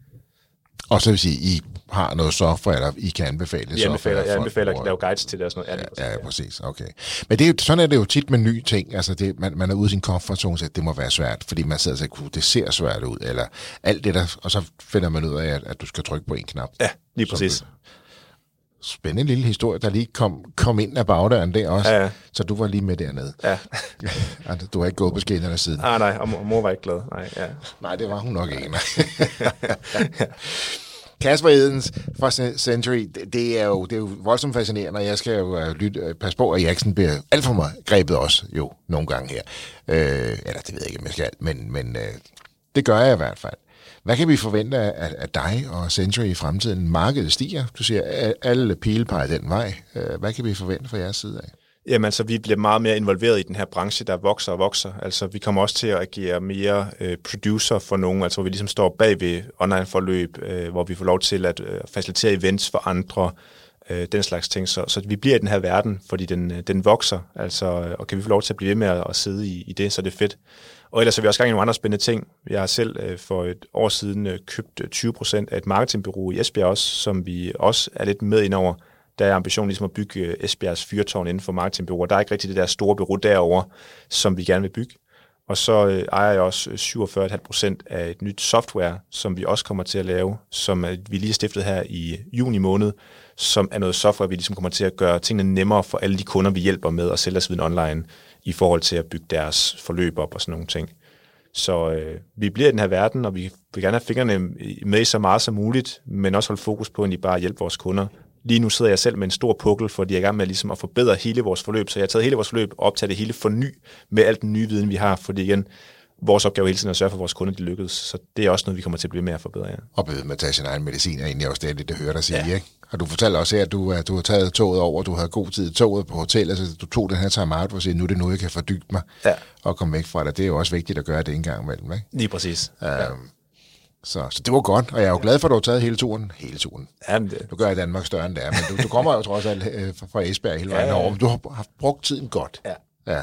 Og så vil sige, I har noget software, eller I kan anbefale det. Jeg anbefaler, jeg anbefaler at lave guides til det og sådan noget. Ja, ja, ja, præcis. Okay. Men det er jo, sådan er det jo tit med nye ting. Altså det, man, man er ude i sin comfort zone, så det må være svært, fordi man sidder og siger, det ser svært ud, eller alt det der, og så finder man ud af, at, at du skal trykke på en knap. Ja, lige præcis. Spændende lille historie, der lige kom, kom ind af bagdøren der også, ja, ja. Så du var lige med dernede. Ja. Du har ikke gået på skinnerne siden. Ah, nej, og mor var ikke glad. Nej, ja. Nej, det var hun nok ikke. Kasper Edens fra Century, det, det, er jo, det er jo voldsomt fascinerende, og jeg skal jo uh, lytte, passe på, at jeg ikke sådan bliver alt for meget grebet også, jo, nogle gange her. Øh, eller det ved jeg ikke, om jeg skal, men, men uh, det gør jeg i hvert fald. Hvad kan vi forvente af, af dig og Century i fremtiden? Markedet stiger, du siger, alle pile peger den vej. Hvad kan vi forvente fra jeres side af? Jamen altså, vi bliver meget mere involveret i den her branche, der vokser og vokser. Altså, vi kommer også til at agere mere øh, producer for nogen, altså hvor vi ligesom står bag ved online-forløb, øh, hvor vi får lov til at øh, facilitere events for andre, øh, den slags ting. Så, så vi bliver i den her verden, fordi den, den vokser, altså, og kan vi få lov til at blive ved med at, at sidde i, i det, så det er fedt. Og ellers har vi også gang i nogle andre spændende ting. Jeg har selv øh, for et år siden øh, købt tyve procent af et marketingbureau i Esbjerg også, som vi også er lidt med indover. Der er ambitionen ligesom at bygge øh, Esbjergs fyrtårn inden for marketingbureauer. Der er ikke rigtig det der store bureau derovre, som vi gerne vil bygge. Og så øh, ejer jeg også syvogfyrre komma fem procent af et nyt software, som vi også kommer til at lave, som øh, vi lige har stiftet her i juni måned, som er noget software, vi ligesom kommer til at gøre tingene nemmere for alle de kunder, vi hjælper med at sælge deres viden online, i forhold til at bygge deres forløb op og sådan nogle ting. Så øh, vi bliver i den her verden, og vi vil gerne have fingrene med så meget som muligt, men også holde fokus på, at de bare hjælper vores kunder. Lige nu sidder jeg selv med en stor pukkel, fordi jeg er i gang med ligesom at forbedre hele vores forløb, så jeg har taget hele vores forløb og optaget det hele for ny med alt den nye viden, vi har, fordi igen, vores opgave hele tiden at sørge for, at vores kunder de lykkes, så det er også noget, vi kommer til at blive mere at forbedre. Ja. Og blive med at tage sin egen medicin er egentlig også det, det hører dig sige, ja. Ikke? Og du fortæller også her, at du, at du har taget toget over, du havde god tid i toget på hotellet, så du tog den her time-out for at sige, nu er det noget, jeg kan fordybe mig ja. og komme væk fra dig. Det er jo også vigtigt at gøre det en gang imellem, ikke? Lige præcis. Um, ja. Så, så det var godt, og jeg er jo glad for, at du har taget hele turen. Hele turen. Jamen det. Du gør i Danmark større end det er, men du, du kommer jo trods alt øh, fra Esbjerg hele vejen ja, ja. over, men du har haft brugt tiden godt. Ja. ja.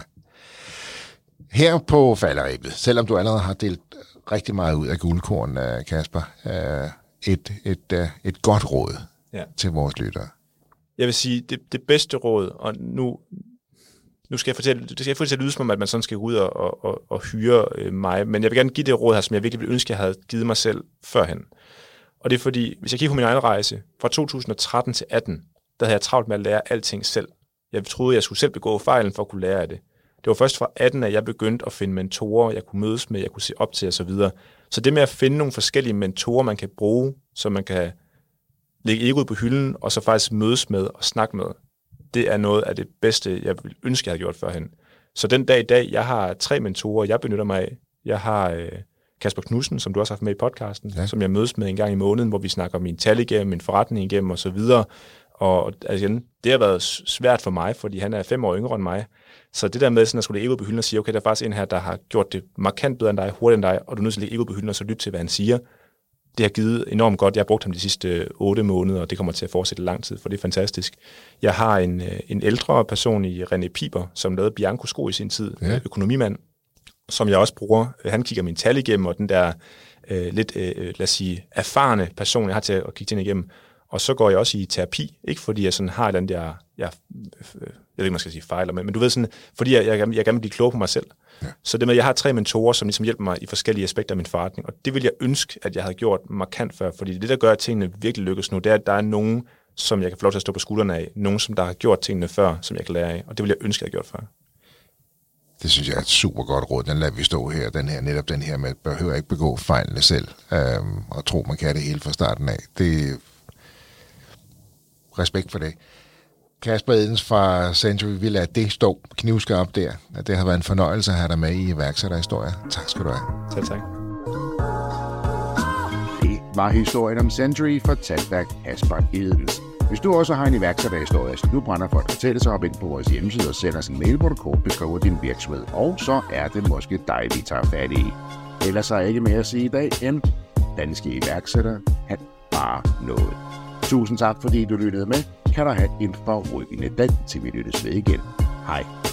Her på falderebet, selvom du allerede har delt rigtig meget ud af guldkorn, Kasper, et, et, et, et godt råd ja. til vores lyttere. Jeg vil sige, det, det bedste råd, og nu, nu skal jeg fortælle, det skal jeg få til at lyde som om, at man sådan skal gå ud og, og, og hyre mig, men jeg vil gerne give det råd her, som jeg virkelig ville ønske, jeg havde givet mig selv førhen. Og det er fordi, hvis jeg kigger på min egen rejse, fra to tusind og tretten til atten, der havde jeg travlt med at lære alting selv. Jeg troede, jeg skulle selv begå fejlen for at kunne lære af det. Det var først fra atten, at jeg begyndte at finde mentorer, jeg kunne mødes med, jeg kunne se op til osv. Så, så det med at finde nogle forskellige mentorer, man kan bruge, så man kan lægge egoet på hylden, og så faktisk mødes med og snakke med, det er noget af det bedste, jeg ville ønske, jeg havde gjort førhen. Så den dag i dag, jeg har tre mentorer, jeg benytter mig af. Jeg har øh, Kasper Knudsen, som du også har haft med i podcasten, ja. som jeg mødes med en gang i måneden, hvor vi snakker min tal igennem, min forretning igennem osv. Og altså, det har været svært for mig, fordi han er fem år yngre end mig. Så det der med sådan at skulle lægge egoet på hylden og sige, okay, der er faktisk en her, der har gjort det markant bedre end dig, hurtigere end dig, og du er nødt til at lægge egoet på hylden og så lytte til, hvad han siger. Det har givet enormt godt. Jeg har brugt ham de sidste otte måneder, og det kommer til at fortsætte lang tid, for det er fantastisk. Jeg har en, en ældre person i René Piber, som lavede Bianco sko i sin tid, ja. økonomimand, som jeg også bruger. Han kigger min tal igennem, og den der øh, lidt, øh, lad os sige, erfarne person, jeg har til at kigge ting igennem. Og så går jeg også i terapi, ikke fordi jeg sådan har et eller andet, jeg, jeg, jeg ved ikke, man skal sige fejler med, men du ved sådan, fordi jeg, jeg, jeg gerne vil blive klog på mig selv. Ja. Så det med, at jeg har tre mentorer, som ligesom hjælper mig i forskellige aspekter af min forretning, og det vil jeg ønske, at jeg havde gjort markant før, fordi det, der gør, at tingene virkelig lykkes nu, det er, at der er nogen, som jeg kan få lov til at stå på skuldrene af, nogen, som der har gjort tingene før, som jeg kan lære af, og det vil jeg ønske, at jeg havde gjort før. Det synes jeg er et super godt råd. Den lader vi stå her, den her, netop den her med, at behøver ikke begå fejlene selv, øhm, og tro, man kan det hele fra starten af. Det respekt for det. Kasper Edens fra Century, vi lader det stå knivskarpt der. Det har været en fornøjelse at have dig med i iværksætterhistorier. Tak skal du have. Selv tak. Det var historien om Century fortalt af Kasper Edens. Hvis du også har en iværksætterhistorie, som du brænder for at fortælle, så hop ind på vores hjemmeside og send os en mail, hvor du kort beskriver din virksomhed. Og så er det måske dig, vi tager fat i. Ellers er jeg ikke mere at sige i dag, end danske iværksættere kan bare noget. Tusind tak, fordi du lyttede med. Kan du have en forrygende dag, til vi lyttes ved igen. Hej.